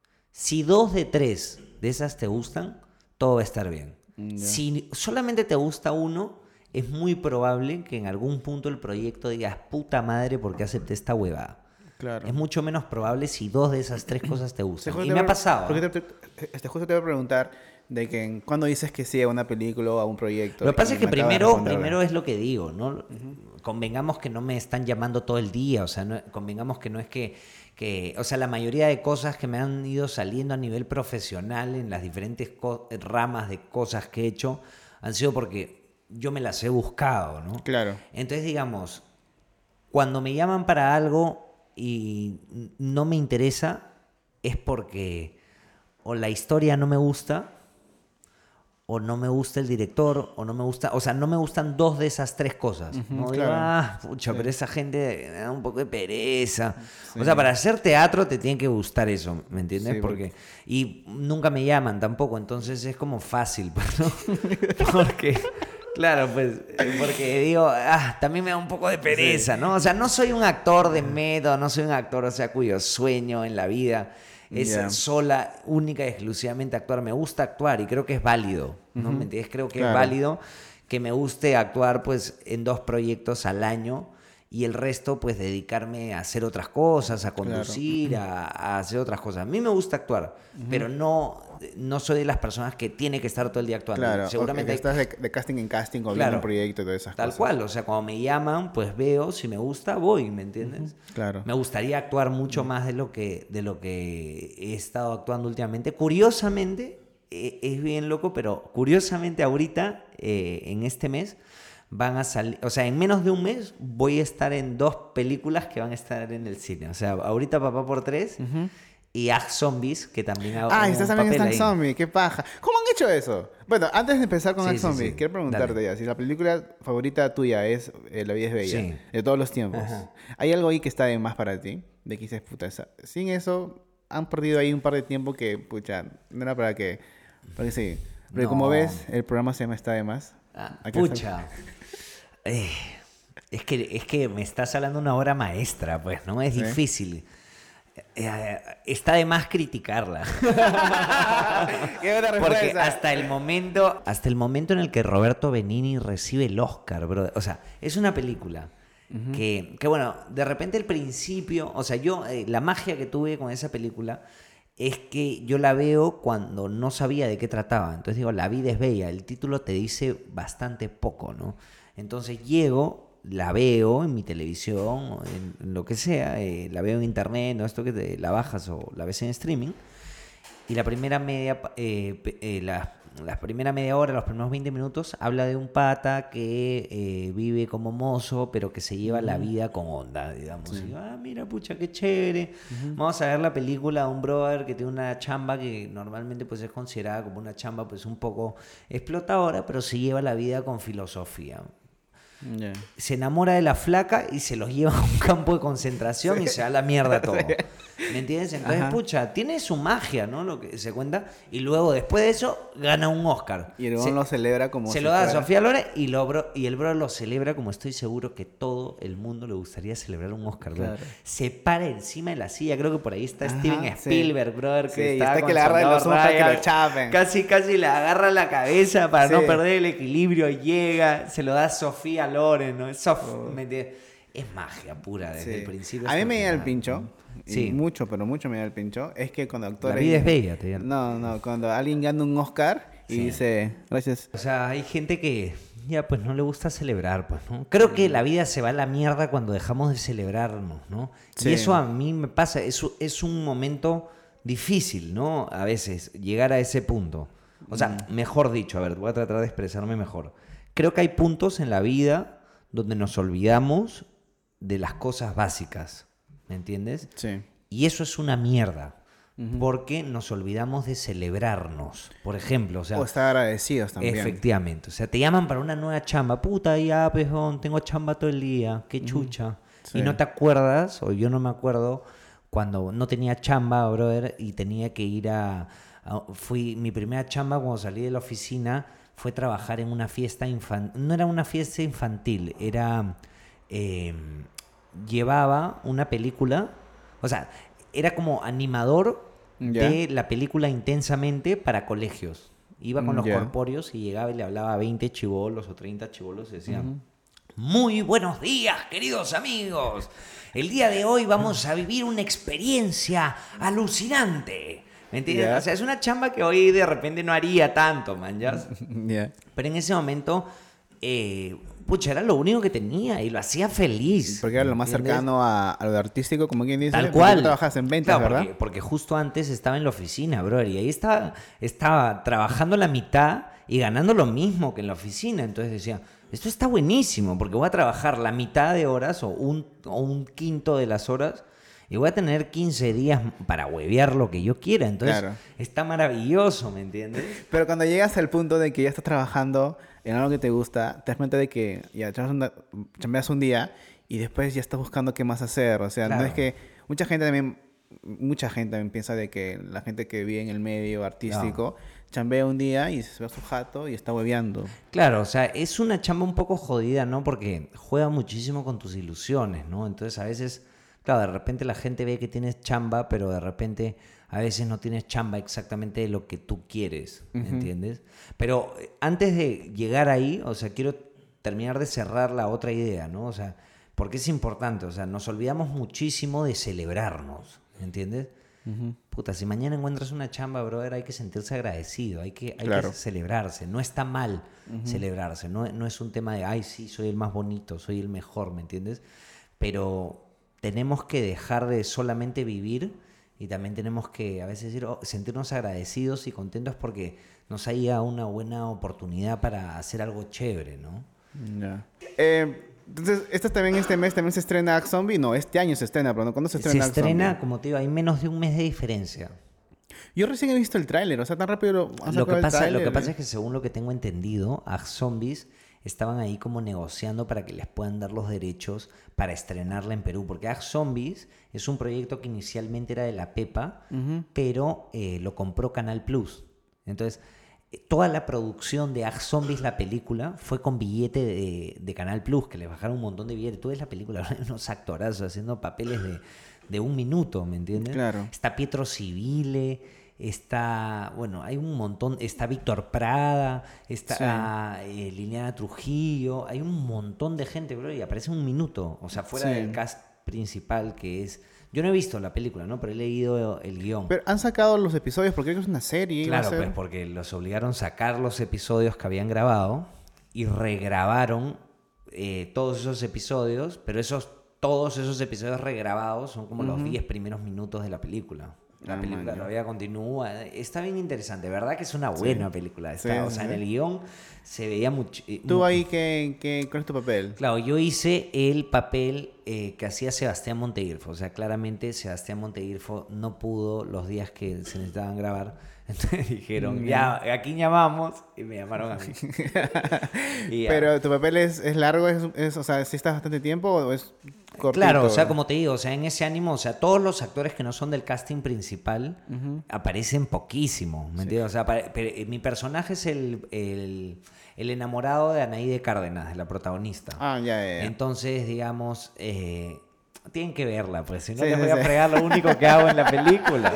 Si dos de tres de esas te gustan, todo va a estar bien. Mm, ya. Si solamente te gusta uno, es muy probable que en algún punto el proyecto digas, puta madre, ¿por qué acepté esta huevada? Claro. Es mucho menos probable si dos de esas tres cosas te Este, gustan. justo Y te me ha voy a- pasado. porque ¿eh? te- te- este, justo te voy a preguntar de que en- cuando dices que sí a una película o a un proyecto. Lo que pasa y es que me acabas de primero, responder. primero es lo que digo, ¿no? Convengamos que no me están llamando todo el día, o sea, no- convengamos que no es que, que, o sea, la mayoría de cosas que me han ido saliendo a nivel profesional en las diferentes co- ramas de cosas que he hecho han sido porque yo me las he buscado, ¿no? Claro. Entonces, digamos, cuando me llaman para algo y n- no me interesa, es porque o la historia no me gusta, o no me gusta el director, o no me gusta, o sea, no me gustan dos de esas tres cosas. Ujú, No digo, claro. ah, pucha, Sí. pero esa gente me da un poco de pereza. Sí. O sea, para hacer teatro te tiene que gustar eso, ¿me entiendes? Sí, porque y nunca me llaman tampoco, entonces es como fácil, pues, ¿no? Porque claro, pues, eh, porque digo, ah, también me da un poco de pereza, ¿no? O sea, no soy un actor de método, no soy un actor, o sea, cuyo sueño en la vida es Ya. sola, única y exclusivamente actuar. Me gusta actuar y creo que es válido, ¿no? Ujú. ¿Me entiendes? Creo que Claro. es válido que me guste actuar, pues, en dos proyectos al año y el resto, pues, dedicarme a hacer otras cosas, a conducir, a, a hacer otras cosas. A mí me gusta actuar, pero no, no soy de las personas que tiene que estar todo el día actuando. Claro. Seguramente Seguramente hay- estás de, de casting en casting o viendo Claro. un proyecto y todas esas Tal cosas. cual, o sea, cuando me llaman, pues veo, si me gusta, voy, ¿me entiendes? Claro. Me gustaría actuar mucho más de lo que, de lo que he estado actuando últimamente. Curiosamente, eh, es bien loco, pero curiosamente ahorita, eh, en este mes, van a salir, o sea, en menos de un mes voy a estar en dos películas que van a estar en el cine. O sea, ahorita Papá por tres Ujú. y Act Zombies, que también hago Ah, un estás también en papel Stank ahí. Zombie, qué paja. ¿Cómo han hecho eso? Bueno, antes de empezar con Sí, Stank sí, Zombie, sí. quiero preguntarte Dale. ya, si la película favorita tuya es eh, La vida es bella, Sí. de todos los tiempos, Ajá. ¿hay algo ahí que está de más para ti? De que dices, puta, esa- sin eso han perdido ahí un par de tiempo que, pucha, no era para que, para que sí. Porque como No. ves, el programa se llama Está de más. Ah, Hay que hacer- pucha. Eh, es, que, es que me estás hablando de una obra maestra, pues, ¿no? Es Sí. difícil. Eh, está de más criticarla. ¡Qué buena Porque respuesta! hasta el momento, hasta el momento en el que Roberto Benigni recibe el Oscar, bro. O sea, es una película que, que, bueno, de repente al principio, o sea, yo, eh, la magia que tuve con esa película es que yo la veo cuando no sabía de qué trataba. Entonces digo, La vida es bella. El título te dice bastante poco, ¿no? Entonces llego, la veo en mi televisión, o en, en lo que sea, eh, la veo en internet, no esto que te la bajas o la ves en streaming. Y la primera media, eh, pe- eh, la- la primera media hora, los primeros veinte minutos, habla de un pata que eh, vive como mozo, pero que se lleva mm. la vida con onda, digamos. Sí. Y, ah, mira, pucha, qué chévere. Uh-huh. Vamos a ver la película de un brother que tiene una chamba que normalmente pues es considerada como una chamba pues un poco explotadora, pero se lleva la vida con filosofía. Yeah. Se enamora de la flaca y se los lleva a un campo de concentración sí. y se da la mierda todo. ¿Me entiendes? Entonces, Ajá. pucha, tiene su magia, ¿no? Lo que se cuenta. Y luego, después de eso, gana un Oscar. Y el bro lo celebra como Se si lo da fuera... a Sofía Loren y, lo bro, y el bro lo celebra como estoy seguro que todo el mundo le gustaría celebrar un Oscar. Claro. Se para encima de la silla. Creo que por ahí está Ajá, Steven Spielberg, sí. brother. Que sí, está, está que le agarra los ojos que lo chapen. Casi, casi le agarra la cabeza para sí. no perder el equilibrio. Llega, se lo da a Sofía Loren, ¿no? Sof, oh. ¿me entiendes? Es magia pura desde sí. el principio. A mí me llega el pincho. Sí. Mucho, pero mucho me da el pincho. Es que cuando actores... La vida es bella, te digo. No, no, cuando alguien gana un Oscar y sí. dice, gracias. O sea, hay gente que ya pues no le gusta celebrar, pues, ¿no? Creo que la vida se va a la mierda cuando dejamos de celebrarnos, ¿no? Sí. Y eso a mí me pasa, es, es un momento difícil, ¿no? A veces, llegar a ese punto. O sea, mm. mejor dicho, a ver, voy a tratar de expresarme mejor. Creo que hay puntos en la vida donde nos olvidamos de las cosas básicas. ¿Me entiendes? Sí. Y eso es una mierda. Uh-huh. Porque nos olvidamos de celebrarnos. Por ejemplo, o sea... O estar agradecidos también. Efectivamente. O sea, te llaman para una nueva chamba. Puta, ya, pejón, tengo chamba todo el día. Qué chucha. Uh-huh. Sí. Y no te acuerdas, o yo no me acuerdo, cuando no tenía chamba, brother, y tenía que ir a... a fui mi primera chamba cuando salí de la oficina fue trabajar en una fiesta infantil. No era una fiesta infantil, era... Eh, llevaba una película, o sea, era como animador yeah. de la película Intensamente para colegios. Iba con los yeah. corpóreos y llegaba y le hablaba a veinte chibolos o treinta chibolos y decía, uh-huh. muy buenos días, queridos amigos. El día de hoy vamos a vivir una experiencia alucinante. ¿Me entiendes? Yeah. O sea, es una chamba que hoy de repente no haría tanto, man, ¿ya? Yeah. Pero en ese momento... Eh, pucha, era lo único que tenía y lo hacía feliz. Porque era lo más ¿entiendes? cercano a, a lo artístico, como quien dice. Tal cual. Tú trabajas en ventas, claro, ¿verdad? Porque, porque justo antes estaba en la oficina, brother, y ahí estaba, estaba trabajando la mitad y ganando lo mismo que en la oficina. Entonces decía, esto está buenísimo porque voy a trabajar la mitad de horas o un, o un quinto de las horas y voy a tener quince días para huevear lo que yo quiera. Entonces claro. está maravilloso, ¿me entiendes? Pero cuando llegas al punto de que ya estás trabajando en algo que te gusta, te das cuenta de que ya chambeas un día y después ya estás buscando qué más hacer. O sea, claro. no es que... Mucha gente también... Mucha gente también piensa de que la gente que vive en el medio artístico no. chambea un día y se va a su jato y está hueveando. Claro, o sea, es una chamba un poco jodida, ¿no? Porque juega muchísimo con tus ilusiones, ¿no? Entonces, a veces... Claro, de repente la gente ve que tienes chamba, pero de repente a veces no tienes chamba exactamente de lo que tú quieres, ¿me uh-huh. entiendes? Pero antes de llegar ahí, o sea, quiero terminar de cerrar la otra idea, ¿no? O sea, porque es importante, o sea, nos olvidamos muchísimo de celebrarnos, ¿me entiendes? Uh-huh. Puta, si mañana encuentras una chamba, brother, hay que sentirse agradecido, hay que, hay claro. que celebrarse. No está mal uh-huh. celebrarse, no, no es un tema de, ay, sí, soy el más bonito, soy el mejor, ¿me entiendes? Pero... tenemos que dejar de solamente vivir y también tenemos que a veces decir, oh, sentirnos agradecidos y contentos porque nos haya una buena oportunidad para hacer algo chévere, ¿no? Yeah. Eh, entonces, ¿este también este mes también se estrena Act Zombie? No, este año se estrena, pero ¿cuándo se estrena Act Zombie? Se estrena, como te digo, hay menos de un mes de diferencia. Yo recién he visto el tráiler, o sea, tan rápido lo, lo que pasa, Lo que pasa es que según lo que tengo entendido, Act Zombies estaban ahí como negociando para que les puedan dar los derechos para estrenarla en Perú, porque Act Zombies es un proyecto que inicialmente era de la Pepa, uh-huh. pero eh, lo compró Canal Plus. Entonces, toda la producción de Act Zombies, la película, fue con billete de, de Canal Plus, que les bajaron un montón de billetes. Tú ves la película, unos actorazos haciendo papeles de, de un minuto, ¿me entiendes? Claro. Está Pietro Civile... Está, bueno, hay un montón, está Víctor Prada, está sí. eh, Liliana Trujillo, hay un montón de gente, bro, y aparece un minuto, o sea, fuera sí. del cast principal que es... Yo no he visto la película, ¿no? Pero he leído el guión. Pero han sacado los episodios porque creo que es una serie. Claro, pues porque los obligaron a sacar los episodios que habían grabado y regrabaron eh, todos esos episodios, pero esos todos esos episodios regrabados son como uh-huh. los diez primeros minutos de la película. La Ah, película man, ya. todavía continúa. Está bien interesante. ¿Verdad que es una buena Sí. película? Sí, Está, o sí, sea, en sí. el guión se veía mucho... eh, ¿Tú mu- ahí qué, qué, cuál es tu papel? Claro, yo hice el papel eh, que hacía Sebastián Monteirfo. O sea, claramente Sebastián Monteirfo no pudo los días que se necesitaban grabar. Entonces dijeron, Mm, ya, aquí llamamos. Y me llamaron a mí. Y ya. Pero tu papel es, es largo, es, es, o sea, ¿sí estás bastante tiempo o es cortito? Claro, o sea, como te digo, o sea, en ese ánimo, o sea, todos los actores que no son del casting principal Ujú. aparecen poquísimo, ¿me Sí. entiendes? O sea, apare- pero, eh, mi personaje es el, el, el enamorado de Anaíde Cárdenas, de la protagonista. Ah, ya, ya, ya. Entonces, digamos, eh, tienen que verla, pues si no Sí, les sí, voy a sí. fregar lo único que hago en la película.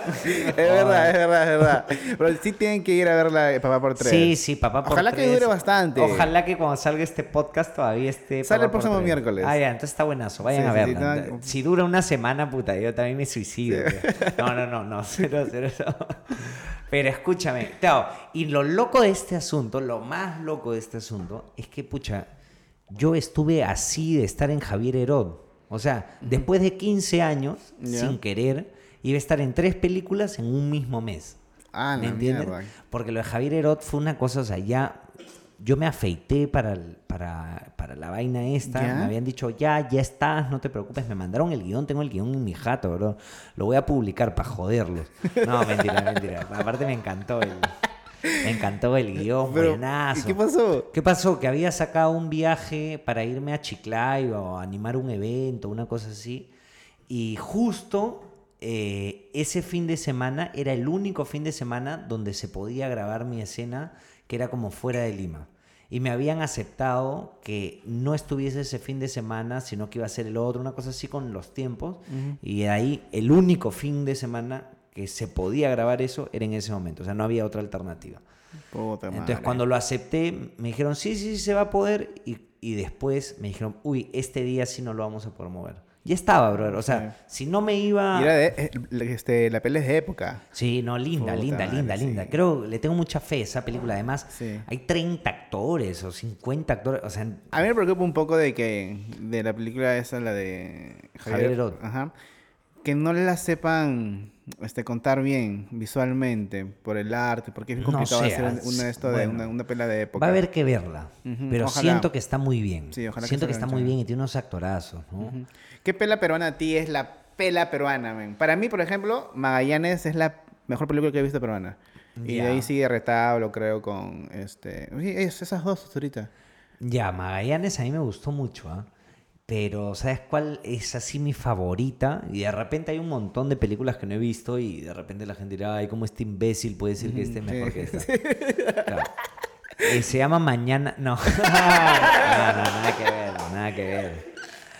Es verdad, es verdad, es verdad. Pero sí tienen que ir a verla Papá por tres. Sí, sí, papá por Ojalá que tres. dure bastante. Ojalá que cuando salga este podcast todavía esté. Sale Papá el por próximo tres. miércoles. Ah, ya, entonces está buenazo. Vayan Sí, a sí, sí, verla. no- Si dura una semana, puta, yo también me suicido. güey. No, no, no, no, cero, cero, cero. Pero escúchame, Teo, y lo loco de este asunto, lo más loco de este asunto, es que, pucha, yo estuve así de estar en Javier Herod. O sea, después de quince años, Ya. sin querer, iba a estar en tres películas en un mismo mes. Ah, ¿Me la entiendes? mierda. Porque lo de Javier Herod fue una cosa, o sea, ya yo me afeité para, el- para, para la vaina esta, ¿Ya? me habían dicho, ya, ya estás, no te preocupes, me mandaron el guión, tengo el guión en mi jato, bro, lo voy a publicar para joderlos. No, mentira, mentira, aparte me encantó el, me encantó el guión, Pero, buenazo. ¿y qué pasó? ¿Qué pasó? Que había sacado un viaje para irme a Chiclayo o a animar un evento, una cosa así. Y justo eh, ese fin de semana era el único fin de semana donde se podía grabar mi escena, que era como fuera de Lima. Y me habían aceptado que no estuviese ese fin de semana, sino que iba a ser el otro, una cosa así con los tiempos. Ujú. Y ahí el único fin de semana que se podía grabar eso era en ese momento. O sea, no había otra alternativa. Puta Entonces, madre. cuando lo acepté, me dijeron, sí, sí, sí, se va a poder. Y, y después me dijeron, uy, este día sí no lo vamos a poder mover. Ya estaba, brother. O sea, si no me iba... Y era de, eh, este, la peli es de época. Sí, no, linda, Puta linda, madre, linda, sí. linda. Creo, le tengo mucha fe a esa película. Además, Sí. hay treinta actores o cincuenta actores. O sea, A mí me preocupa un poco de que de la película esa, la de Javier Herod. Ajá, que no la sepan este, contar bien visualmente por el arte, porque es bien No complicado sé, hacer un- es- una, esto de bueno. una, una pela de época. va a haber que verla. Ujú, Pero ojalá. siento que está muy bien. Sí, ojalá que siento que, salga está muy chévere. bien y tiene unos actorazos, ¿no? Ujú. ¿Qué pela peruana a ti es la pela peruana, men? Para mí, por ejemplo, Magallanes es la mejor película que he visto peruana. Y Ya. de ahí sigue Retablo, creo, con este... Sí, es- esas dos ahorita. Ya, Magallanes a mí me gustó mucho, ¿ah? Pero, ¿sabes cuál es así mi favorita? Y de repente hay un montón de películas que no he visto y de repente la gente dirá, ay, ¿cómo este imbécil puede decir que este es mejor que esta? Claro. Eh, se llama Mañana... No. no, no, nada que ver, nada que ver.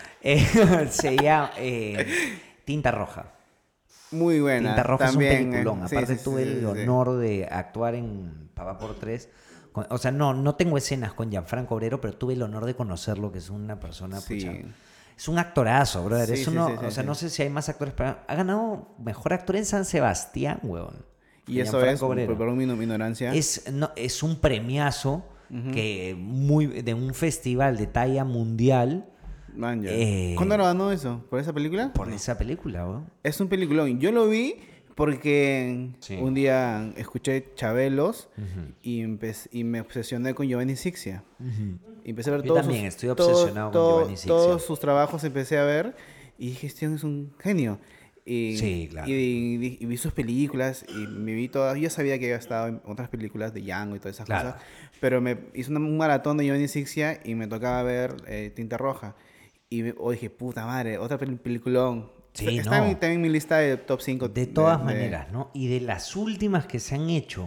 Eh, se llama eh, Tinta Roja. Muy buena. Tinta Roja también, es un peliculón. eh, sí, Aparte sí, tuve sí, el sí, sí. honor de actuar en Papá por Tres. Con- o sea, no, no tengo escenas con Gianfranco Obrero, pero tuve el honor de conocerlo, que es una persona, Sí. pucha, es un actorazo, brother. Sí, es sí, uno, sí, sí, o sea, sí. no sé si hay más actores, pero ha ganado mejor actor en San Sebastián, huevón. Y eso Gianfranco es, por, Obrero. por mi ignorancia. Es, no, es un premiazo que muy, de un festival de talla mundial Man, ya. eh, ¿Cuándo lo ganó eso? ¿Por esa película? por No. esa película, weón. Es un peliculón. Yo lo vi porque Sí. un día escuché Chabelos Ujú. y, empe- y me obsesioné con Giovanni Sixia. Y empecé a ver Yo todos también sus, estoy todo- obsesionado con todo- Giovanni Sixia. Todos sus trabajos empecé a ver y dije, este hombre es un genio. Y, Sí, claro. Y, y- y vi sus películas y me vi todas. Yo sabía que había estado en otras películas de Django y todas esas Claro. cosas. Pero me hice una- un maratón de Giovanni Sixia y me tocaba ver eh, Tinta Roja. Y me- oh, dije, puta madre, otra pel- peliculón. Sí, Está no. en, mi- está en mi lista de top cinco. De todas maneras, ¿no? Y de las últimas que se han hecho,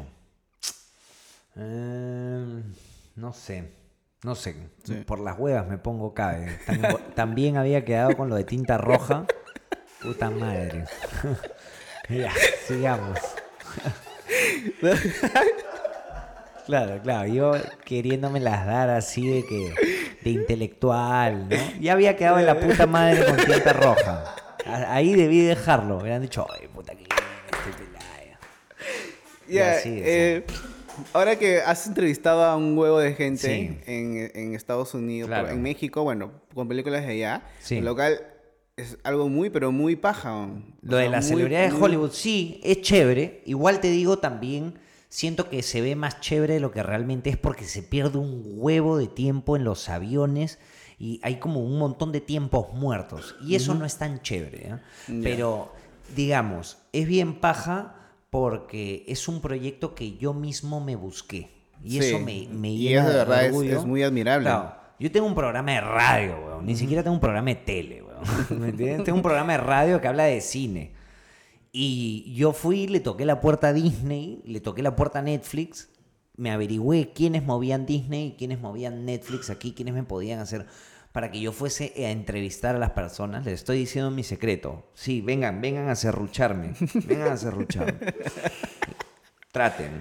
eh, no sé, no sé, Sí. por las huevas me pongo cabe. Tam- También había quedado con lo de Tinta Roja. Puta madre. Ya, sigamos. Claro, claro, yo queriéndome las dar así de que de intelectual, ¿no? Ya había quedado en la puta madre con Tinta Roja. A- Ahí debí dejarlo. Me han dicho, ay, puta que estoy pelada. Ya, Ya, sí, eh, ahora que has entrevistado a un huevo de gente Sí. en, en Estados Unidos, Claro. pero en México, bueno, con películas de allá, Sí. el local es algo muy, pero muy paja. ¿No? Lo O de sea, las muy, celebridades de muy... Hollywood, sí, es chévere. Igual te digo también, siento que se ve más chévere de lo que realmente es porque se pierde un huevo de tiempo en los aviones y hay como un montón de tiempos muertos. Y eso Ujú. no es tan chévere, ¿eh? Ya. Pero, digamos, es bien paja porque es un proyecto que yo mismo me busqué. Y eso Sí, me, me y es llena de de verdad, es, orgullo. es muy admirable. Claro, yo tengo un programa de radio, weón. Ni siquiera tengo un programa de tele, weón. ¿Me entiendes? Tengo un programa de radio que habla de cine. Y yo fui, le toqué la puerta a Disney, le toqué la puerta a Netflix, me averigüé quiénes movían Disney y quiénes movían Netflix aquí, quiénes me podían hacer para que yo fuese a entrevistar a las personas. Les estoy diciendo mi secreto. Sí, vengan, vengan a serrucharme. Vengan a serrucharme. Traten.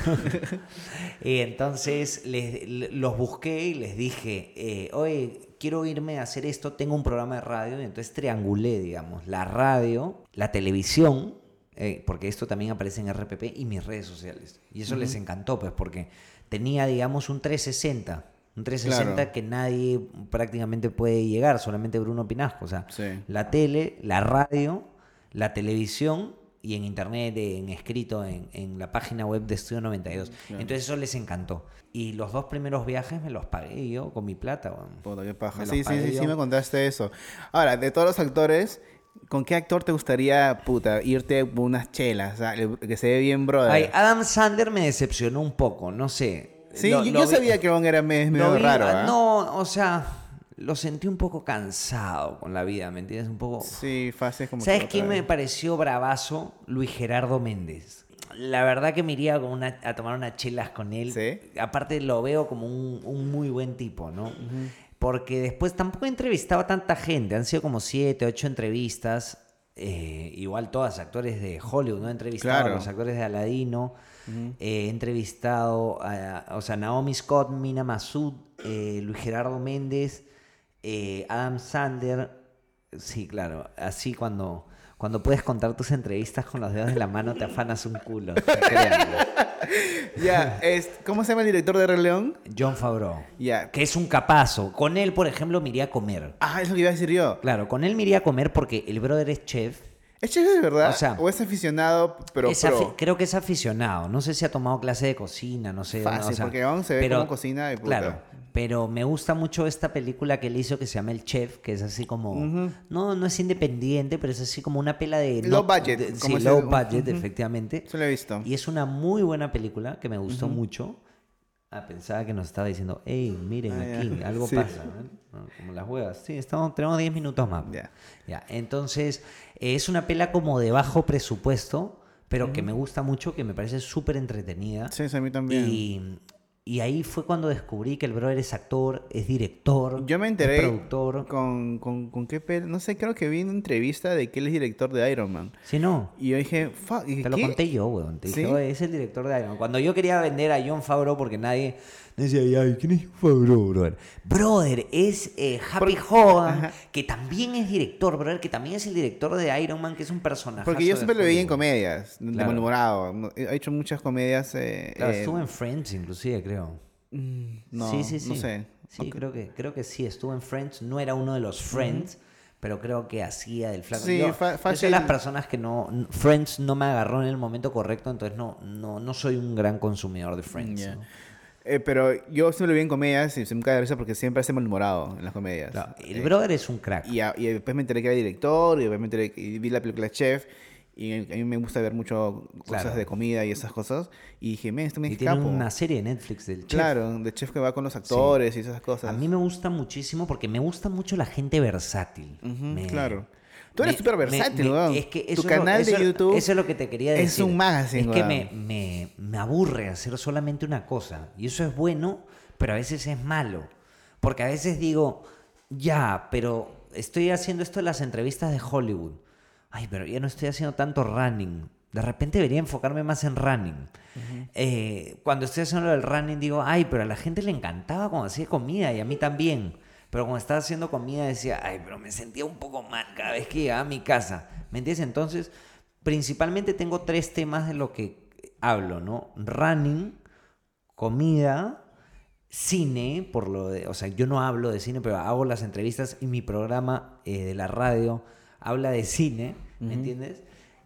Y entonces les, los busqué y les dije, eh, oye, quiero irme a hacer esto, tengo un programa de radio. Y entonces triangulé, digamos, la radio, la televisión, eh, porque esto también aparece en R P P, y mis redes sociales. Y eso uh-huh. les encantó, pues, porque tenía, digamos, un trescientos sesenta. Un trescientos sesenta claro. que nadie prácticamente puede llegar, solamente Bruno Pinasco. O sea, sí. la tele, la radio, la televisión y en internet, en escrito, en, en la página web de Estudio noventa y dos. Claro. Entonces eso les encantó. Y los dos primeros viajes me los pagué yo con mi plata. Bueno. Puta, qué paja. Sí, sí, sí, sí, me contaste eso. Ahora, de todos los actores, ¿con qué actor te gustaría, puta, irte por unas chelas? O sea, que se ve bien, brother. Ay, Adam Sandler me decepcionó un poco, no sé. Sí, lo, yo, lo yo vi, sabía que Ron era medio, medio vi, raro, ¿eh? No, o sea, lo sentí un poco cansado con la vida, ¿me entiendes? Un poco... Sí, fácil como... ¿Sabes quién me pareció bravazo? Luis Gerardo Méndez. La verdad que me iría con una, a tomar unas chelas con él. ¿Sí? Aparte lo veo como un, un muy buen tipo, ¿no? Uh-huh. Porque después tampoco he entrevistado a tanta gente. Han sido como siete, ocho entrevistas. Eh, igual todas actores de Hollywood, ¿no? He entrevistado claro. a los actores de Aladino. Uh-huh. Eh, he entrevistado a, o sea, Naomi Scott, Mina Massoud, eh, Luis Gerardo Méndez, eh, Adam Sandler. Sí, claro. Así cuando, cuando puedes contar tus entrevistas con los dedos de la mano te afanas un culo. Ya, es, ¿cómo se llama el director de Rey León? Jon Favreau. Ya. Yeah. Que es un capazo. Con él, por ejemplo, me iría a comer. Ah, es lo que iba a decir yo. Claro, con él me iría a comer porque el brother es chef. ¿Es chef de verdad? O, sea, ¿O es aficionado, pero es pro? Afi- creo que es aficionado. No sé si ha tomado clase de cocina, no sé. Fácil, o sea, porque aún se ve pero, como cocina de puta. Claro, pero me gusta mucho esta película que él hizo que se llama El Chef, que es así como... Uh-huh. No, no es independiente, pero es así como una pela de... Low no, budget. De, sí, low el... budget, uh-huh. efectivamente. Se lo he visto. Y es una muy buena película que me gustó uh-huh. mucho. Ah, pensaba que nos estaba diciendo, hey, miren ah, aquí, yeah. algo sí. pasa, ¿no? Como las huevas. Sí, estamos, tenemos diez minutos más. Yeah. Ya, entonces, eh, es una pela como de bajo presupuesto, pero uh-huh. que me gusta mucho, que me parece súper entretenida. Sí, sí, a mí también. Y, y ahí fue cuando descubrí que el brother es actor, es director, Yo me enteré es productor. Con, con, con qué pela, no sé, creo que vi una entrevista de que él es director de Iron Man. Sí, no. Y yo dije, fuck, ¿qué? Te lo conté yo, weón. Te ¿Sí? dije, oye, es el director de Iron Man. Cuando yo quería vender a Jon Favreau porque nadie decía, ay, ¿quién es Jon Favreau, brother? Brother, es eh, Happy Por... Hogan, que también es director, brother, que también es el director de Iron Man, que es un personaje. Porque yo siempre lo veía en comedias, claro. de malhumorado. Ha hecho muchas comedias. Eh, claro, eh... estuvo en Friends, inclusive, creo. No, sí, sí, sí. no sé. Sí, okay. creo, que, creo que sí, estuvo en Friends. No era uno de los Friends, uh-huh. pero creo que hacía del flaco. Sí, yo, fa- fácil. yo soy las personas que no... Friends no me agarró en el momento correcto, entonces no, no, no soy un gran consumidor de Friends. Yeah. ¿no? Eh, pero yo siempre lo vi en comedias y se me cae de risa porque siempre hace malhumorado en las comedias. Claro, el eh, brother es un crack. Y, a, y después me enteré que era director y después me enteré que y vi la película Chef. Y a mí me gusta ver mucho cosas claro. de comida y esas cosas. Y dije, men, esto me escapa. Y tiene capo. una serie de Netflix del chef. Claro, de chef que va con los actores sí. y esas cosas. A mí me gusta muchísimo porque me gusta mucho la gente versátil. Uh-huh, me, claro. Tú eres súper versátil, weón. ¿no? Es que eso tu canal es lo, de eso, YouTube... Eso es lo que te quería decir. Es un magazine, Es weón. que me, me, me aburre hacer solamente una cosa. Y eso es bueno, pero a veces es malo. Porque a veces digo, ya, pero estoy haciendo esto de las entrevistas de Hollywood. Ay, pero ya no estoy haciendo tanto running. De repente debería enfocarme más en running. Uh-huh. Eh, cuando estoy haciendo lo del running digo, ay, pero a la gente le encantaba cuando hacía comida y a mí también. Pero cuando estaba haciendo comida decía, ay, pero me sentía un poco mal cada vez que llegaba a mi casa. ¿Me entiendes? Entonces, principalmente tengo tres temas de lo que hablo, ¿no? Running, comida cine, por lo de, o sea, yo no hablo de cine, pero hago las entrevistas y mi programa eh, de la radio habla de cine, ¿me uh-huh. entiendes?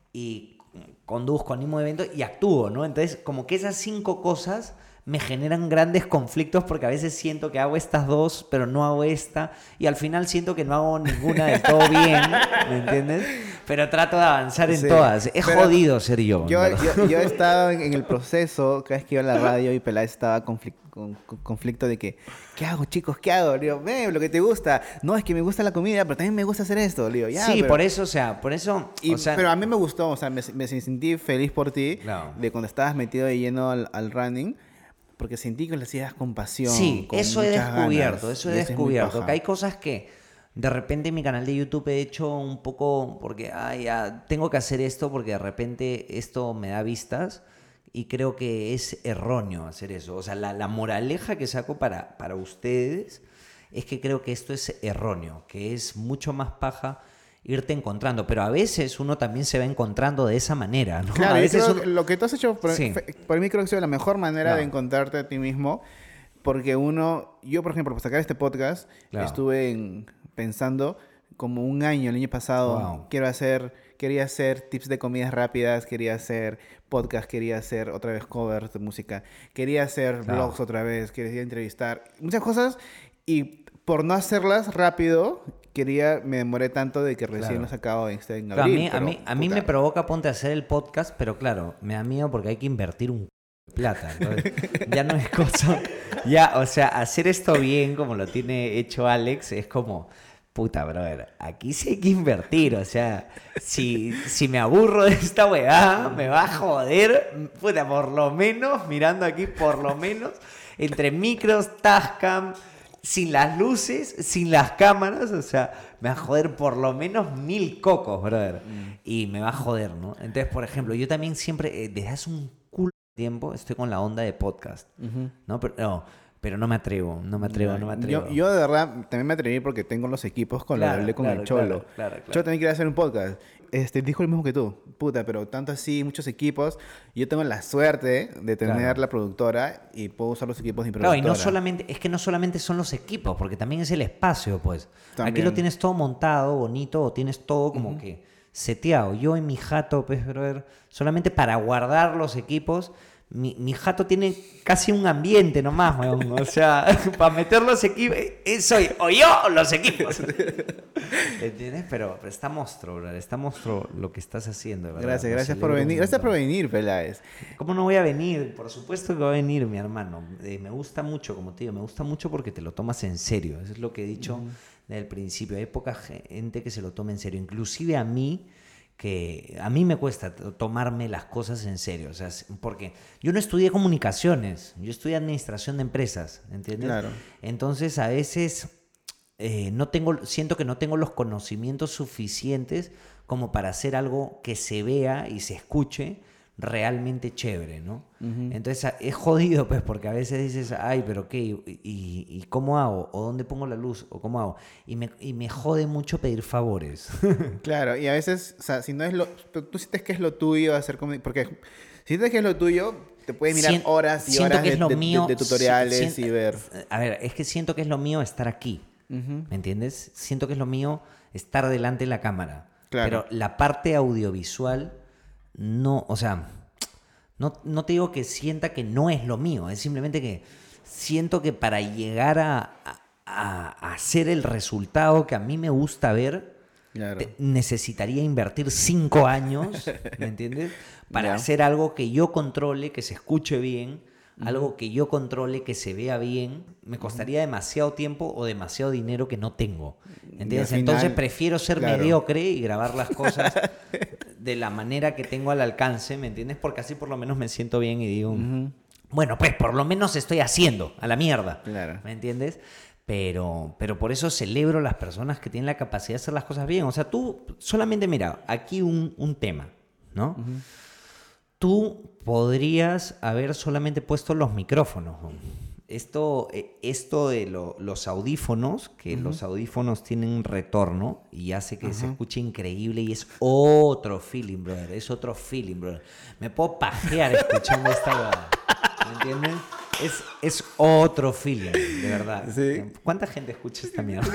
Y conduzco, animo eventos y actúo, ¿no? Entonces, como que esas cinco cosas me generan grandes conflictos porque a veces siento que hago estas dos, pero no hago esta, y al final siento que no hago ninguna del todo bien, ¿me entiendes? Pero trato de avanzar en sí, todas. Es jodido ser yo. Yo, yo, yo he estado en, en el proceso, cada vez que iba a la radio y Peláez estaba conflic, con, con conflicto de que, ¿qué hago, chicos? ¿Qué hago? Le digo, ve, lo que te gusta. No, es que me gusta la comida, pero también me gusta hacer esto. Le digo, ya, sí, pero... por eso, o sea, por eso... Y, o sea... Pero a mí me gustó, o sea, me, me sentí feliz por ti, no. de cuando estabas metido de lleno al, al running, porque sentí que lo hacías con pasión. Sí, con eso he descubierto, ganas, eso he descubierto. Que hay cosas que de repente en mi canal de YouTube he hecho un poco porque, ay, ya, tengo que hacer esto porque de repente esto me da vistas y creo que es erróneo hacer eso. O sea, la, la moraleja que saco para, para ustedes es que creo que esto es erróneo, que es mucho más paja irte encontrando, pero a veces uno también se va encontrando de esa manera, ¿no? Claro, a veces creo uno... que lo que tú has hecho, por, sí. por mí creo que ha sido la mejor manera claro. de encontrarte a ti mismo, porque uno, yo por ejemplo, para sacar este podcast, claro. estuve en, pensando como un año, el año pasado, wow. quiero hacer, quería hacer tips de comidas rápidas, quería hacer podcast, quería hacer otra vez covers de música, quería hacer claro. blogs otra vez, quería entrevistar, muchas cosas, y por no hacerlas rápido, quería, me demoré tanto de que recién claro. lo sacaba en, en claro, abril. A mí, a mí, a mí me provoca, ponte a hacer el podcast, pero claro, me da miedo porque hay que invertir un plata. Entonces, ya no es cosa... Ya, o sea, hacer esto bien como lo tiene hecho Alex es como... Puta, brother, aquí sí hay que invertir, o sea, si, si me aburro de esta weá, me va a joder, puta, por lo menos, mirando aquí, por lo menos, entre micros, Tascam, sin las luces, sin las cámaras, o sea, me va a joder por lo menos mil cocos, brother, mm. y me va a joder, ¿no? Entonces, por ejemplo, yo también siempre, eh, desde hace un culo de tiempo, estoy con la onda de podcast, uh-huh. ¿no? Pero, no, Pero no me atrevo, no me atrevo, no me atrevo. Yo, yo de verdad también me atreví porque tengo los equipos con claro, lo que hablé con claro, el Cholo. Claro, claro, claro. Yo también quería hacer un podcast. Este, dijo lo mismo que tú. Puta, pero tanto así, muchos equipos. Yo tengo la suerte de tener claro. la productora y puedo usar los equipos de mi productora. Claro, y no solamente, es que no solamente son los equipos, porque también es el espacio, pues. También. Aquí lo tienes todo montado, bonito, o tienes todo como uh-huh. que seteado. Yo en mi jato, pues, brother, solamente para guardar los equipos... Mi, mi jato tiene casi un ambiente nomás, weón. O sea, para meter los equipos... Soy o yo o los equipos. ¿Entiendes? Pero, pero está monstruo, bro. Está monstruo lo que estás haciendo, ¿verdad? Gracias, gracias por venir. Gracias por venir, Peláez. ¿Cómo no voy a venir? Por supuesto que voy a venir, mi hermano. Eh, me gusta mucho, como te digo, me gusta mucho porque te lo tomas en serio. Eso es lo que he dicho uh-huh. desde el principio. Hay poca gente que se lo toma en serio. Inclusive a mí... que a mí me cuesta tomarme las cosas en serio, o sea, porque yo no estudié comunicaciones, yo estudié administración de empresas, ¿entiendes? Claro. Entonces, a veces eh, no tengo, siento que no tengo los conocimientos suficientes como para hacer algo que se vea y se escuche realmente chévere, ¿no? Uh-huh. Entonces es jodido, pues, porque a veces dices, ay, pero ¿qué? ¿Y, y, y cómo hago? ¿O dónde pongo la luz? ¿O cómo hago? Y me, y me jode mucho pedir favores. Claro, y a veces, o sea, si no es lo... Tú sientes que es lo tuyo hacer como... Porque si sientes que es lo tuyo, te puedes mirar Sien, horas y horas de, de, de, de tutoriales si, y ver... A ver, es que siento que es lo mío estar aquí, uh-huh. ¿me entiendes? Siento que es lo mío estar delante de la cámara. Claro. Pero la parte audiovisual... No, o sea, no, no te digo que sienta que no es lo mío, es simplemente que siento que para llegar a, a, a hacer el resultado que a mí me gusta ver, claro. te, necesitaría invertir cinco años, ¿me entiendes? Para yeah. hacer algo que yo controle, que se escuche bien, uh-huh. algo que yo controle, que se vea bien, me costaría uh-huh. demasiado tiempo o demasiado dinero que no tengo, ¿entiendes? Final, entonces prefiero ser claro. mediocre y grabar las cosas de la manera que tengo al alcance, ¿me entiendes? Porque así por lo menos me siento bien y digo, uh-huh. bueno, pues por lo menos estoy haciendo a la mierda, claro. ¿me entiendes? Pero, pero por eso celebro las personas que tienen la capacidad de hacer las cosas bien. O sea, tú solamente, mira, aquí un, un tema, ¿no? Uh-huh. Tú podrías haber solamente puesto los micrófonos. Esto, esto de lo, los audífonos, que uh-huh. los audífonos tienen retorno y hace que uh-huh. se escuche increíble y es otro feeling, brother. Es otro feeling, brother. Me puedo pajear escuchando esta verdad. ¿Me entiendes? es, es otro feeling, de verdad. Sí. ¿Cuánta gente escucha esta mierda?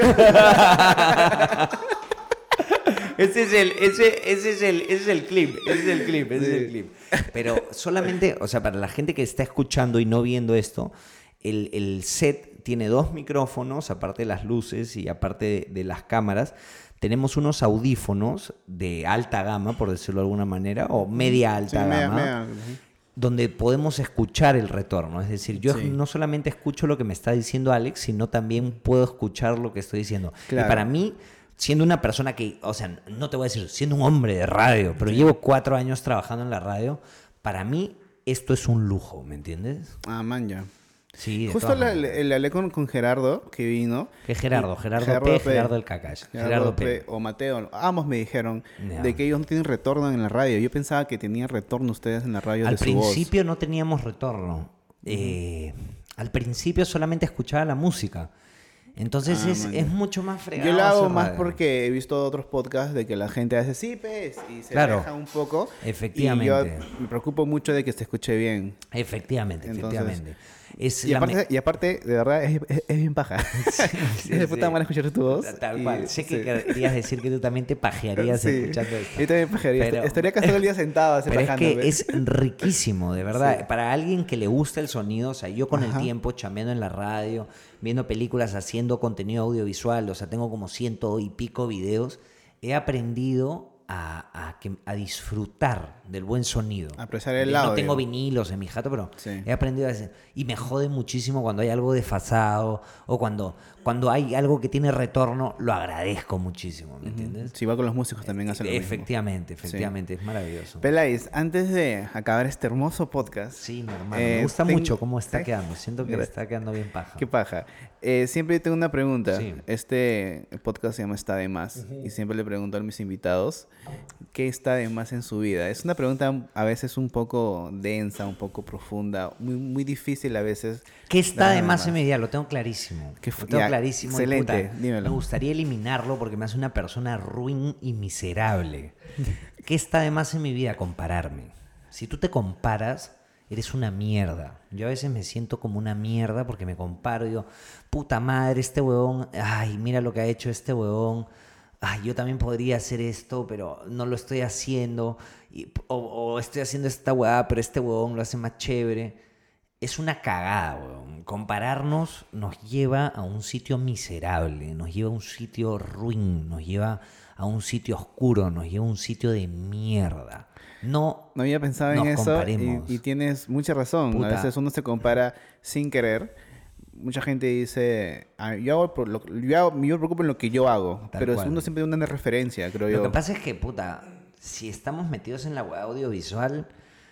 Ese es el, ese, ese es el, ese es el clip, ese es el clip, ese Sí. es el clip. Pero solamente, o sea, para la gente que está escuchando y no viendo esto, el, el set tiene dos micrófonos, aparte de las luces y aparte de, de las cámaras. Tenemos unos audífonos de alta gama, por decirlo de alguna manera, o media alta Sí, media- gama, media- donde podemos escuchar el retorno. Es decir, yo Sí. no solamente escucho lo que me está diciendo Alex, sino también puedo escuchar lo que estoy diciendo. Claro. Y para mí, siendo una persona que, o sea, no te voy a decir, siendo un hombre de radio, pero llevo cuatro años trabajando en la radio, para mí esto es un lujo, ¿me entiendes? Ah, man, ya. Sí, de Justo todas le, maneras. le- le hablé con, con Gerardo, que vino. ¿Qué Gerardo? Y- Gerardo P, Gerardo el Cacash. Gerardo, Gerardo P. P. o Mateo. Ambos me dijeron Ya. de que ellos no tienen retorno en la radio. Yo pensaba que tenían retorno ustedes en la radio Al de su voz. principio no teníamos retorno. Eh, al principio solamente escuchaba la música. Entonces Ah, es, man. es mucho más fregado. Yo lo hago hacer más radio. porque he visto otros podcasts de que la gente hace sí, pues, y se Claro. deja un poco. Efectivamente. Y yo me preocupo mucho de que se escuche bien. Efectivamente, Entonces, efectivamente. Es Y la me- aparte, y aparte, de verdad, es, es- es bien paja. sí, es de puta sí. madre escuchar tu voz. Tal y- cual. Sé que sí. querías decir que tú también te pajearías Sí. escuchando esto. Yo también pajaría. Pero- Estaría casi todo el día sentado así Pero es pajándome. que es riquísimo, de verdad. Sí. Para alguien que le gusta el sonido, o sea, yo con Ajá. el tiempo chambeando en la radio, viendo películas, haciendo contenido audiovisual, o sea, tengo como ciento y pico videos, he aprendido a, a, que- a disfrutar del buen sonido. A apreciar el Yo audio. No tengo vinilos en mi jato, pero Sí. he aprendido a hacer. Y me jode muchísimo cuando hay algo desfasado o cuando, cuando hay algo que tiene retorno, lo agradezco muchísimo, ¿me entiendes? Sí, va con los músicos también hace lo mismo. Efectivamente, efectivamente, es maravilloso. Peláez, antes de acabar este hermoso podcast. Sí, mi hermano. eh, me gusta ten- mucho cómo está ¿eh? quedando. Siento que Mira, está quedando bien paja. Qué paja. Eh, siempre tengo una pregunta. Sí. Este podcast se llama Está de Más. Y siempre le pregunto a mis invitados, ¿qué está de más en su vida? Es una pregunta a veces un poco densa, un poco profunda, muy, muy difícil a veces. ¿Qué está dar de de más más. en mi vida? Lo tengo clarísimo. ¿Qué fu- Lo tengo ya, clarísimo. y excelente, puta, dímelo. Me gustaría eliminarlo porque me hace una persona ruin y miserable. ¿Qué está de más en mi vida? Compararme. Si tú te comparas, eres una mierda. Yo a veces me siento como una mierda porque me comparo y digo, puta madre, este huevón, ay, mira lo que ha hecho este huevón. Ay, yo también podría hacer esto, pero no lo estoy haciendo. Y- o, o estoy haciendo esta huevada, pero este huevón lo hace más chévere. Es una cagada, weón. Compararnos nos lleva a un sitio miserable, nos lleva a un sitio ruin, nos lleva a un sitio oscuro, nos lleva a un sitio de mierda. No, No había pensado en nos eso comparemos. y, y tienes mucha razón. Puta. A veces uno se compara sin querer. Mucha gente dice, "Ah, yo, hago por lo, yo, hago- yo me preocupo en lo que yo hago, Tal pero cual. uno siempre tiene una referencia, creo Lo yo. que pasa es que, puta, si estamos metidos en la web audiovisual,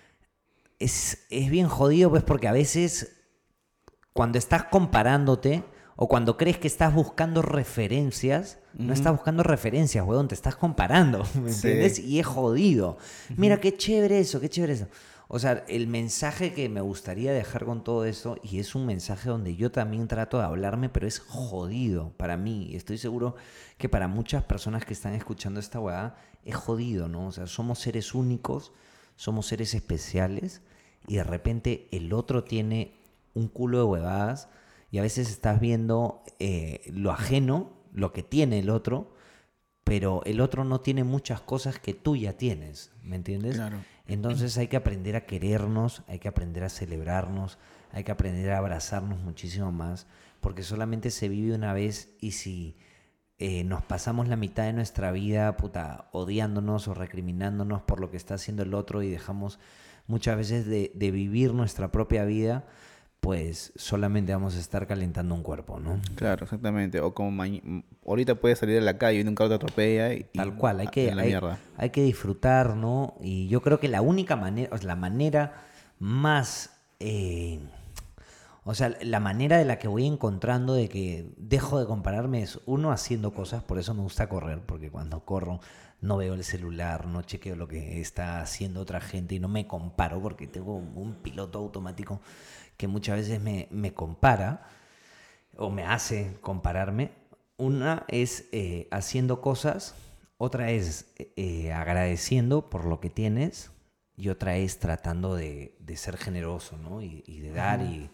es, es bien jodido, pues, porque a veces cuando estás comparándote o cuando crees que estás buscando referencias, no estás buscando referencias, weón, te estás comparando, ¿me Sí. entiendes? Y es jodido. Mira, qué chévere eso, qué chévere eso. O sea, el mensaje que me gustaría dejar con todo esto, y es un mensaje donde yo también trato de hablarme, pero es jodido para mí. Y estoy seguro que para muchas personas que están escuchando esta weá, es jodido, ¿no? O sea, somos seres únicos, somos seres especiales, y de repente el otro tiene un culo de huevadas, y a veces estás viendo eh, lo ajeno, lo que tiene el otro, pero el otro no tiene muchas cosas que tú ya tienes, ¿me entiendes? Claro. Entonces hay que aprender a querernos, hay que aprender a celebrarnos, hay que aprender a abrazarnos muchísimo más, porque solamente se vive una vez y si eh, nos pasamos la mitad de nuestra vida puta, odiándonos o recriminándonos por lo que está haciendo el otro y dejamos muchas veces de, de vivir nuestra propia vida, pues solamente vamos a estar calentando un cuerpo, ¿no? Claro, exactamente. O como maña- ahorita puedes salir de la calle y un carro te atropella y... Tal cual, hay que, en la hay, mierda. hay que disfrutar, ¿no? Y yo creo que la única manera, o sea, la manera más, eh, o sea, la manera de la que voy encontrando de que dejo de compararme es, uno, haciendo cosas, por eso me gusta correr, porque cuando corro no veo el celular, no chequeo lo que está haciendo otra gente y no me comparo porque tengo un piloto automático que muchas veces me, me compara o me hace compararme. Una es eh, haciendo cosas, otra es eh, agradeciendo por lo que tienes y otra es tratando de, de ser generoso, ¿no? Y, y de dar y,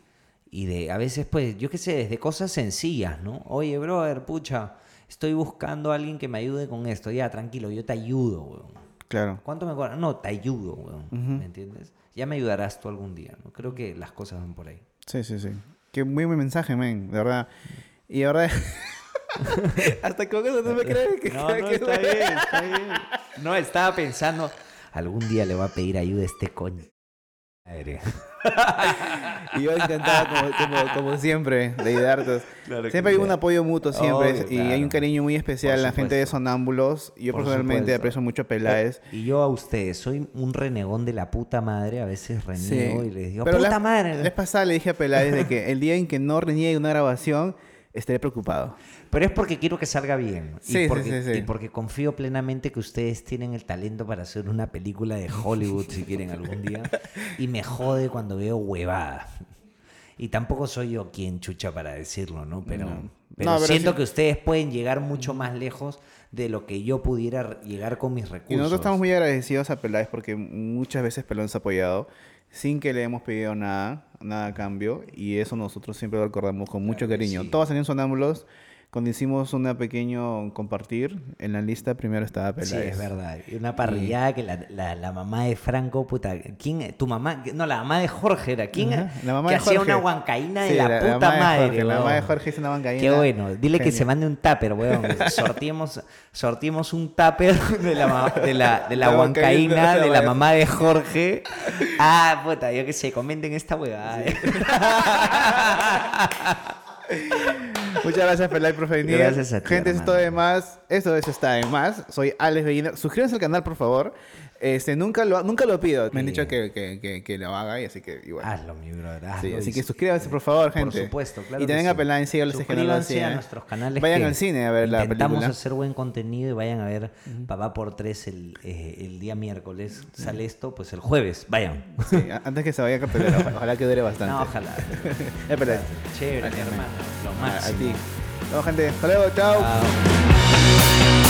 y de, a veces, pues, yo qué sé, desde cosas sencillas, ¿no? Oye, brother, pucha, estoy buscando a alguien que me ayude con esto. Ya, tranquilo, yo te ayudo, weón. Claro. ¿Cuánto me cobran? No, te ayudo, weón. Uh-huh. ¿Me entiendes? Ya me ayudarás tú algún día, ¿no? Creo que las cosas van por ahí. Sí, sí, sí. Qué muy buen mensaje, men, de verdad. Y ahora... Hasta con eso no me crees que... No, no, que está bien, está bien. No, estaba pensando, algún día le voy a pedir ayuda a este coño. Y yo encantado, como, como, como siempre, de ayudarte. Claro, siempre hay un apoyo mutuo, siempre. Obvio, y claro. Hay un cariño muy especial a la gente de Sonámbulos. Yo Por personalmente supuesto. aprecio mucho a Peláez. Y yo a ustedes, soy un renegón de la puta madre. A veces reniego sí. y les digo, Pero puta la, madre. La vez pasada le dije a Peláez de que el día en que no reniegue una grabación, estaré preocupado. Pero es porque quiero que salga bien. Sí, y, porque, sí, sí, sí. y porque confío plenamente que ustedes tienen el talento para hacer una película de Hollywood, si quieren algún día. Y me jode cuando veo huevada. Y tampoco soy yo quien chucha para decirlo, ¿no? Pero, no. pero, no, pero siento sí. que ustedes pueden llegar mucho más lejos de lo que yo pudiera llegar con mis recursos. Y nosotros estamos muy agradecidos a Peláez porque muchas veces Pelón nos ha apoyado sin que le hemos pedido nada, nada a cambio. Y eso nosotros siempre lo recordamos con mucho claro, cariño. Sí. Todos en Sonámbulos, cuando hicimos un pequeño compartir, en la lista primero estaba Peláez. Sí, es verdad. Y una parrillada y... que la, la, la mamá de Franco, puta, ¿quién? Tu mamá, no, la mamá de Jorge era. ¿Quién? Uh-huh. La mamá que de hacía Jorge. Una huancaína de sí, la, la puta la madre. Jorge, la mamá de Jorge hizo una huancaína. Qué bueno. Dile Genio. Que se mande un tupper, weón. Sortimos, sortimos un tupper de la, de la, de la, la huancaína de la mamá de Jorge. Ah, puta, yo qué sé, comenten esta huevada. Sí. Muchas gracias, Peláez, por venir. Gracias a ti, gente, hermano. esto de más. Esto es Está de Más. Soy Alex Beguiner. Suscríbanse al canal, por favor. Este, nunca lo, nunca lo pido. Me han dicho que, que, que, que lo haga y así que igual. Hazlo, mi brother. Hazlo sí, así que suscríbanse, por favor, gente. Por supuesto, claro. Y también sí. a Peláez, síganlo si es que no lo hacen. a nuestros canales. Vayan al cine a ver la película. Intentamos hacer buen contenido y vayan a ver uh-huh. Papá por Tres el, eh, el día miércoles. Uh-huh. Sale esto, pues el jueves. Vayan. Sí, antes que se vaya a capelera. Ojalá, ojalá que dure bastante. No, ojalá. Es Peláez. Chévere, mi hermano. Lo máximo. A, a ti. No, gente. Hasta luego. Chao. Chao.